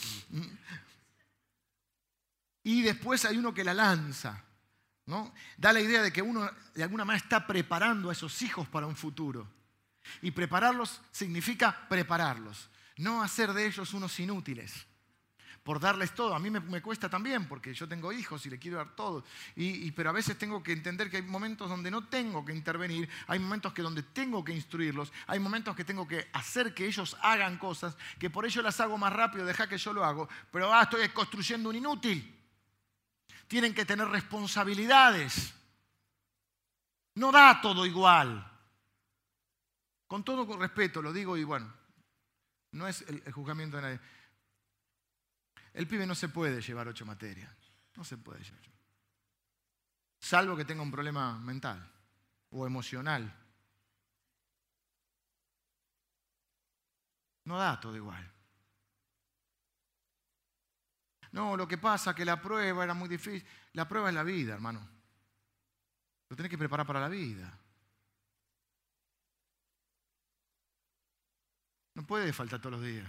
Y después hay uno que la lanza, ¿no? Da la idea de que uno de alguna manera está preparando a esos hijos para un futuro. Y prepararlos significa prepararlos, no hacer de ellos unos inútiles. Por darles todo. A mí me cuesta también, porque yo tengo hijos y les quiero dar todo. Pero a veces tengo que entender que hay momentos donde no tengo que intervenir, hay momentos donde tengo que instruirlos, hay momentos que tengo que hacer que ellos hagan cosas, que por ello las hago más rápido, deja que yo lo hago, pero estoy construyendo un inútil. Tienen que tener responsabilidades. No da todo igual. Con todo respeto lo digo y bueno, no es el juzgamiento de nadie. El pibe no se puede llevar 8 materias. No se puede llevar. Salvo que tenga un problema mental o emocional. No da todo igual. No, lo que pasa es que la prueba era muy difícil. La prueba es la vida, hermano. Lo tenés que preparar para la vida. No puede faltar todos los días.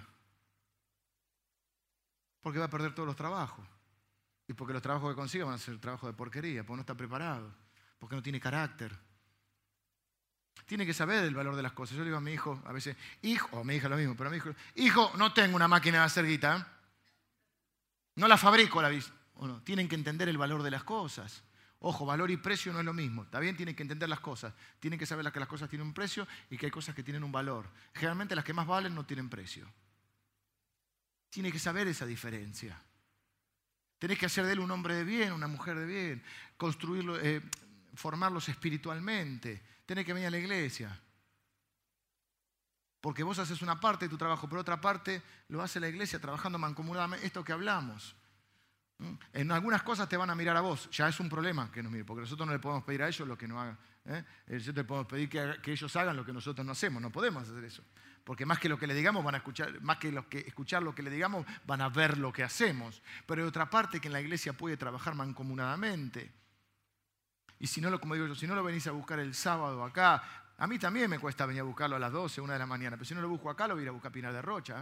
Porque va a perder todos los trabajos. Y porque los trabajos que consiga van a ser trabajos de porquería, porque no está preparado, porque no tiene carácter. Tiene que saber el valor de las cosas. Yo le digo a mi hijo, a veces, hijo, o a mi hija lo mismo, pero a mi hijo, no tengo una máquina de hacer guita, ¿eh? No la fabrico, la vista. No, tienen que entender el valor de las cosas. Ojo, valor y precio no es lo mismo. Está bien, tienen que entender las cosas. Tienen que saber que las cosas tienen un precio y que hay cosas que tienen un valor. Generalmente las que más valen no tienen precio. Tiene que saber esa diferencia. Tenés que hacer de él un hombre de bien, una mujer de bien, construirlo, formarlos espiritualmente. Tenés que venir a la iglesia. Porque vos haces una parte de tu trabajo, pero otra parte lo hace la iglesia trabajando mancomunadamente. Esto que hablamos. En algunas cosas te van a mirar a vos. Ya es un problema que nos miren, porque nosotros no le podemos pedir a ellos lo que no hagan. Nosotros le podemos pedir que ellos hagan lo que nosotros no hacemos. No podemos hacer eso. Porque más que lo que le digamos van a escuchar, más que escuchar lo que le digamos, van a ver lo que hacemos. Pero hay otra parte que en la iglesia puede trabajar mancomunadamente. Y si no, como digo yo, si no lo venís a buscar el sábado acá, a mí también me cuesta venir a buscarlo a las 12, 1 de la mañana, pero si no lo busco acá, lo voy a ir a buscar a Pinar de Rocha.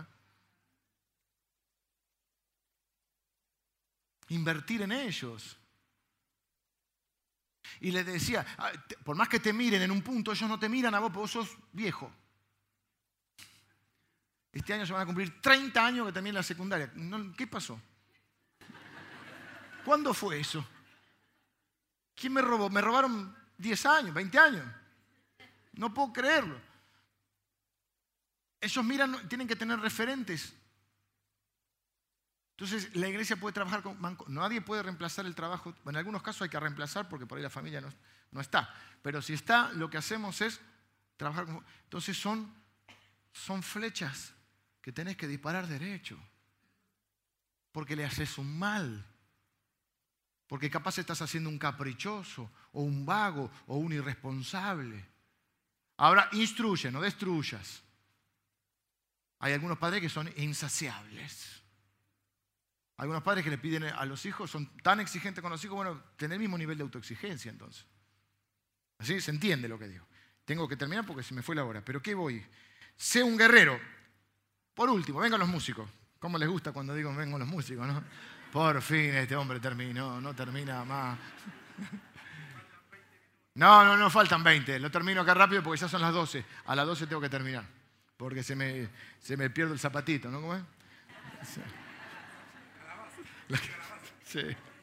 Invertir en ellos. Y les decía, por más que te miren en un punto, ellos no te miran a vos, porque vos sos viejo. Este año se van a cumplir 30 años que terminé la secundaria. ¿Qué pasó? ¿Cuándo fue eso? ¿Quién me robó? Me robaron 10 años, 20 años. No puedo creerlo. Ellos miran, tienen que tener referentes. Entonces, la iglesia puede trabajar con... Nadie puede reemplazar el trabajo. Bueno, en algunos casos hay que reemplazar porque por ahí la familia no está. Pero si está, lo que hacemos es trabajar con... Entonces son flechas que tenés que disparar derecho. Porque le haces un mal. Porque capaz estás haciendo un caprichoso, o un vago, o un irresponsable. Ahora, instruye, no destruyas. Hay algunos padres que son insaciables. Algunos padres que le piden a los hijos, son tan exigentes con los hijos, bueno, tener el mismo nivel de autoexigencia entonces. Así se entiende lo que digo. Tengo que terminar porque se me fue la hora. ¿Pero qué voy? Sé un guerrero. Por último, vengan los músicos. ¿Cómo les gusta cuando digo vengan los músicos, no? Por fin este hombre terminó, no termina más. No, faltan 20. Lo termino acá rápido porque ya son las 12. A las 12 tengo que terminar. Porque se me pierde el zapatito, ¿no? ¿Cómo es? Sí.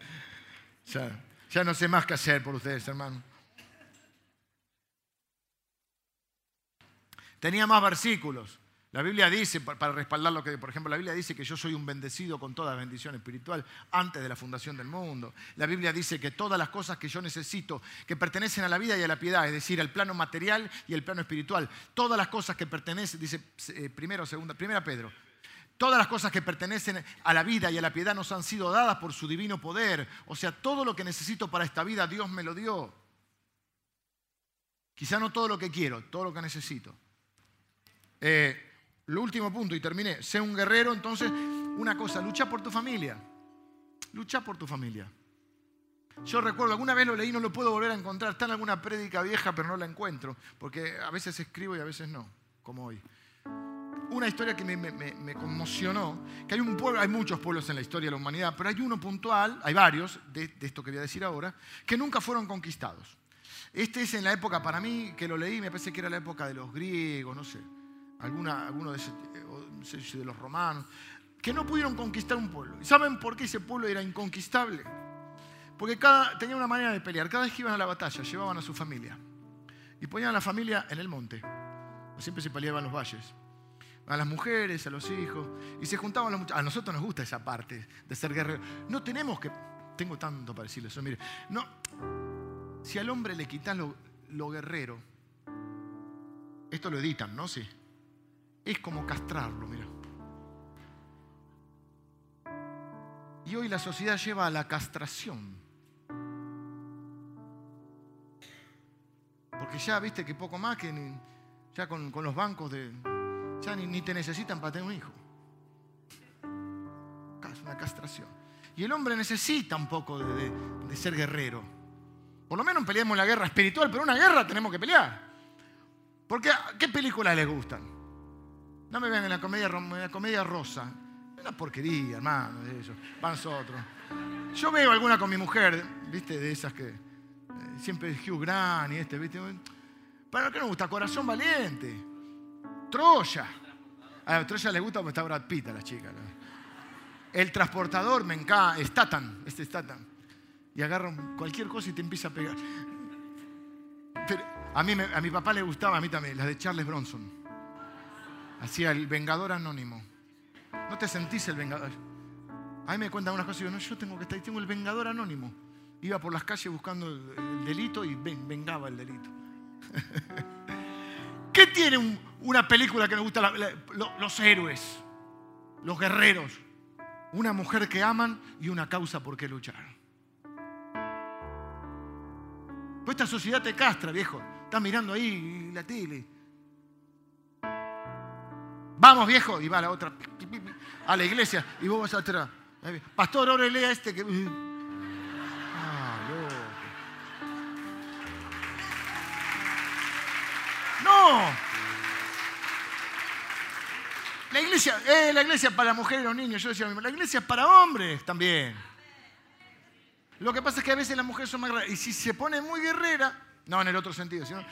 Ya no sé más qué hacer por ustedes, hermano. Tenía más versículos. La Biblia dice, para respaldar lo que, por ejemplo, la Biblia dice que yo soy un bendecido con toda bendición espiritual antes de la fundación del mundo. La Biblia dice que todas las cosas que yo necesito, que pertenecen a la vida y a la piedad, es decir, al plano material y al plano espiritual, todas las cosas que pertenecen, dice primera Pedro, todas las cosas que pertenecen a la vida y a la piedad nos han sido dadas por su divino poder. O sea, todo lo que necesito para esta vida, Dios me lo dio. Quizá no todo lo que quiero, todo lo que necesito. Lo último punto, y terminé. Sé un guerrero, entonces, una cosa, lucha por tu familia. Lucha por tu familia. Yo recuerdo, alguna vez lo leí, no lo puedo volver a encontrar. Está en alguna prédica vieja, pero no la encuentro. Porque a veces escribo y a veces no, como hoy. Una historia que me conmocionó, que hay un pueblo, hay muchos pueblos en la historia de la humanidad, pero hay uno puntual, hay varios, de esto que voy a decir ahora, que nunca fueron conquistados. Este es en la época, para mí, que lo leí, me parece que era la época de los griegos, no sé. Alguno de los romanos, que no pudieron conquistar un pueblo. ¿Y saben por qué ese pueblo era inconquistable? Porque tenía una manera de pelear. Cada vez que iban a la batalla, llevaban a su familia. Y ponían a la familia en el monte. Siempre se peleaban los valles. A las mujeres, a los hijos. Y se juntaban los muchachos. A nosotros nos gusta esa parte de ser guerrero. No tenemos que... Tengo tanto para decirles eso. Mire, no, si al hombre le quitan lo guerrero, esto lo editan, ¿no? Sí. Es como castrarlo, mira. Y hoy la sociedad lleva a la castración. Porque ya viste que poco más que ya con los bancos ya ni te necesitan para tener un hijo. Es una castración. Y el hombre necesita un poco de ser guerrero. Por lo menos peleamos la guerra espiritual, pero una guerra tenemos que pelear. Porque ¿qué películas les gustan? No me vean en la comedia rosa. Una porquería, hermano, de eso. Van nosotros. Yo veo alguna con mi mujer, ¿viste? De esas que siempre Hugh Grant y ¿viste? ¿Para qué nos gusta? Corazón Valiente. Troya. A Troya le gusta porque está Brad Pitt a las chicas, ¿no? El Transportador, me encanta. Statham. Y agarran cualquier cosa y te empieza a pegar. Pero a mi papá le gustaba, a mí también, las de Charles Bronson. Hacía el Vengador Anónimo. ¿No te sentís el Vengador? A mí me cuentan unas cosas y digo, no, yo tengo el Vengador Anónimo. Iba por las calles buscando el delito y vengaba el delito. ¿Qué tiene una película que nos gusta? Los héroes, los guerreros. Una mujer que aman y una causa por qué luchar. Pues esta sociedad te castra, viejo. Estás mirando ahí la tele. Vamos, viejo. Y va la otra a la iglesia. Y vos vas atrás. Pastor, ahora lea este que... loco. No. La iglesia para las mujeres y los niños. Yo decía, la iglesia es para hombres también. Lo que pasa es que a veces las mujeres son más guerreras. Y si se pone muy guerrera, no en el otro sentido, sino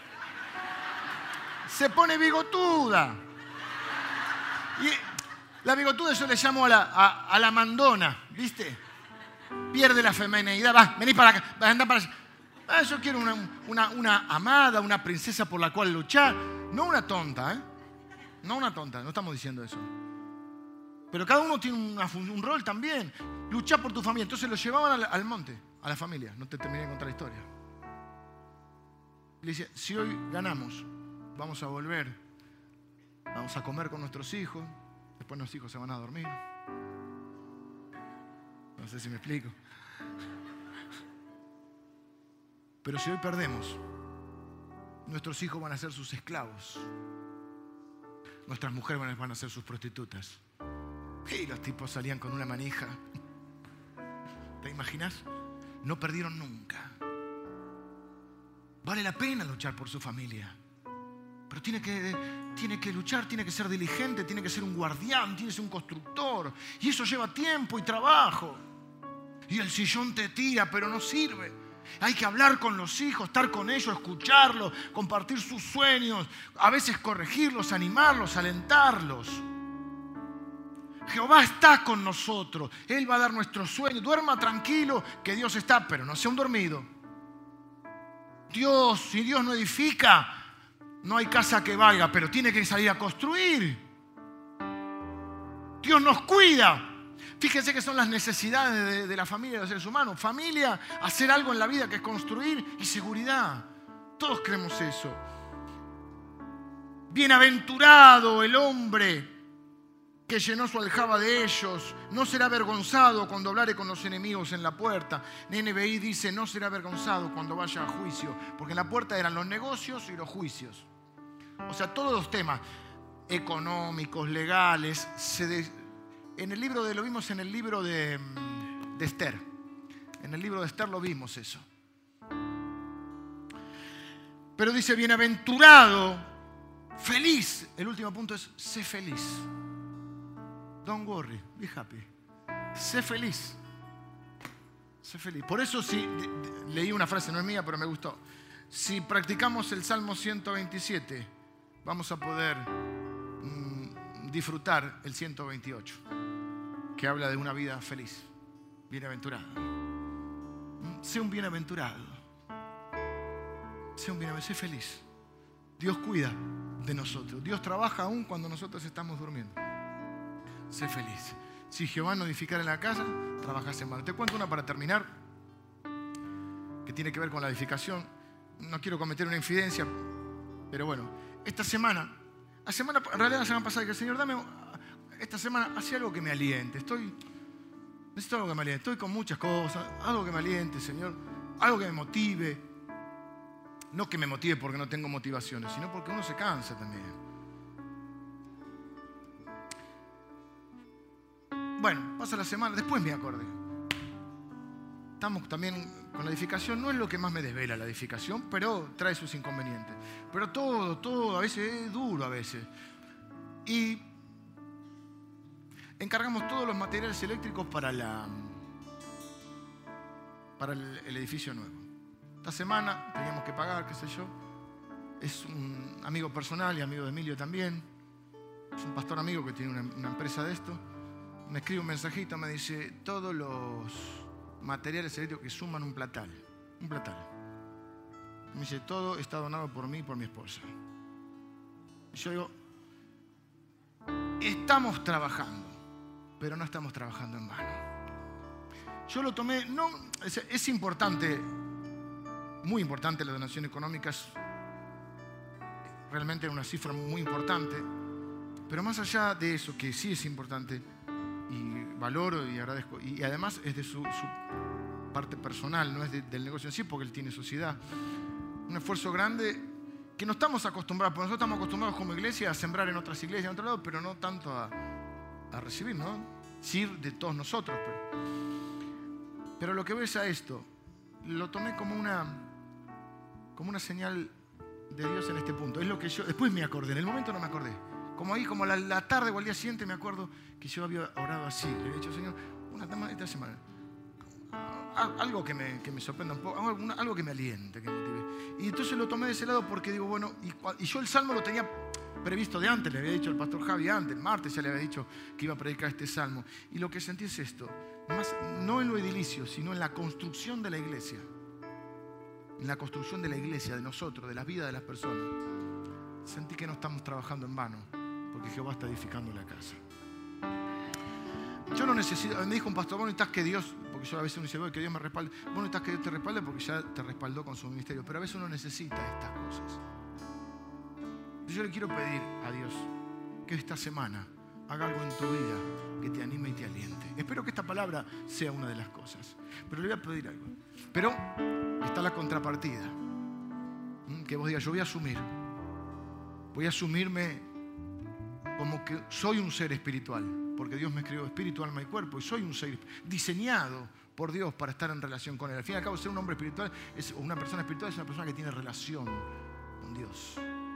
se pone bigotuda. Y la bigotuda yo le llamo a la mandona, ¿viste? Pierde la femineidad. Va, vení para acá, anda para allá. Yo quiero una amada, una princesa por la cual luchar. No una tonta, ¿eh? No una tonta, no estamos diciendo eso. Pero cada uno tiene un rol también. Luchar por tu familia. Entonces lo llevaban al monte, a la familia. No te terminé de contar la historia. Le dice, si hoy ganamos, vamos a volver. Vamos a comer con nuestros hijos. Después nuestros hijos se van a dormir. No sé si me explico. Pero si hoy perdemos, nuestros hijos van a ser sus esclavos. Nuestras mujeres van a ser sus prostitutas. Y los tipos salían con una manija. ¿Te imaginas? No perdieron nunca. Vale la pena luchar por su familia. Pero tiene que luchar, tiene que ser diligente, tiene que ser un guardián, tiene que ser un constructor. Y eso lleva tiempo y trabajo. Y el sillón te tira, pero no sirve. Hay que hablar con los hijos, estar con ellos, escucharlos, compartir sus sueños, a veces corregirlos, animarlos, alentarlos. Jehová está con nosotros. Él va a dar nuestros sueños. Duerma tranquilo que Dios está, pero no sea un dormido. Si Dios no edifica, No hay casa que valga, pero tiene que salir a construir. Dios nos cuida. Fíjense que son las necesidades de la familia, de los seres humanos. Familia, hacer algo en la vida que es construir, y seguridad. Todos creemos eso. Bienaventurado el hombre que llenó su aljaba de ellos. No será avergonzado cuando hablare con los enemigos en la puerta. NBI dice, no será avergonzado cuando vaya a juicio. Porque en la puerta eran los negocios y los juicios. O sea, todos los temas económicos, legales, lo vimos en el libro de Esther. En el libro de Esther lo vimos eso. Pero dice, bienaventurado, feliz. El último punto es, sé feliz. Don't worry, be happy. Sé feliz. Sé feliz. Por eso sí, leí una frase, no es mía, pero me gustó. Si practicamos el Salmo 127, vamos a poder disfrutar el 128, que habla de una vida feliz, bienaventurado. Sé un bienaventurado. Sé feliz. Dios cuida de nosotros. Dios trabaja aún cuando nosotros estamos durmiendo. Sé feliz. Si Jehová no edificara la casa, trabajas en vano. Te cuento una para terminar, que tiene que ver con la edificación. No quiero cometer una infidencia, pero bueno, esta semana, en realidad la semana pasada, que el Señor, esta semana, hace algo que me aliente. Necesito algo que me aliente. Estoy con muchas cosas, algo que me aliente, Señor, algo que me motive. No que me motive porque no tengo motivaciones, sino porque uno se cansa también. Bueno, pasa la semana, después me acordé. Estamos también con la edificación, no es lo que más me desvela la edificación, pero trae sus inconvenientes. Pero todo a veces es duro a veces. Y encargamos todos los materiales eléctricos para el edificio nuevo. Esta semana teníamos que pagar, qué sé yo. Es un amigo personal y amigo de Emilio también. Es un pastor amigo que tiene una empresa de esto. Me escribe un mensajito, me dice, todos los materiales eléctricos que suman un platal. Me dice, todo está donado por mí y por mi esposa. Y yo digo, estamos trabajando, pero no estamos trabajando en vano. Yo lo tomé, no, es importante, muy importante la donación económica, es realmente una cifra muy importante, pero más allá de eso, que sí es importante, y valoro y agradezco, y además es de su parte personal, no es del negocio en sí, porque él tiene sociedad. Un esfuerzo grande que no estamos acostumbrados, porque nosotros estamos acostumbrados como iglesia a sembrar en otras iglesias, en otro lado, pero no tanto a recibir, ¿no? Sí, de todos nosotros. Pero lo que veo es a esto, lo tomé como una señal de Dios en este punto. Es lo que yo, después me acordé, en el momento no me acordé. Como ahí, como la tarde o al día siguiente me acuerdo que yo había orado así. Le había dicho, Señor, esta semana, algo que me sorprenda un poco, algo que me aliente, que me motive. Y entonces lo tomé de ese lado porque digo, bueno, y yo el salmo lo tenía previsto de antes, le había dicho al pastor Javi antes, el martes ya le había dicho que iba a predicar este salmo. Y lo que sentí es esto, más no en lo edilicio, sino en la construcción de la iglesia. En la construcción de la iglesia, de nosotros, de la vida de las personas. Sentí que no estamos trabajando en vano, porque Jehová está edificando la casa. Yo no necesito, me dijo un pastor, vos necesitas que Dios, porque yo a veces uno dice, que Dios me respalde, vos necesitas que Dios te respalde porque ya te respaldó con su ministerio, pero a veces uno necesita estas cosas. Yo le quiero pedir a Dios que esta semana haga algo en tu vida que te anime y te aliente. Espero que esta palabra sea una de las cosas, pero le voy a pedir algo. Pero está la contrapartida, que vos digas, yo voy a asumirme como que soy un ser espiritual, porque Dios me creó espíritu, alma y cuerpo, y soy un ser diseñado por Dios para estar en relación con Él. Al fin y al cabo, ser un hombre espiritual o una persona espiritual es una persona que tiene relación con Dios.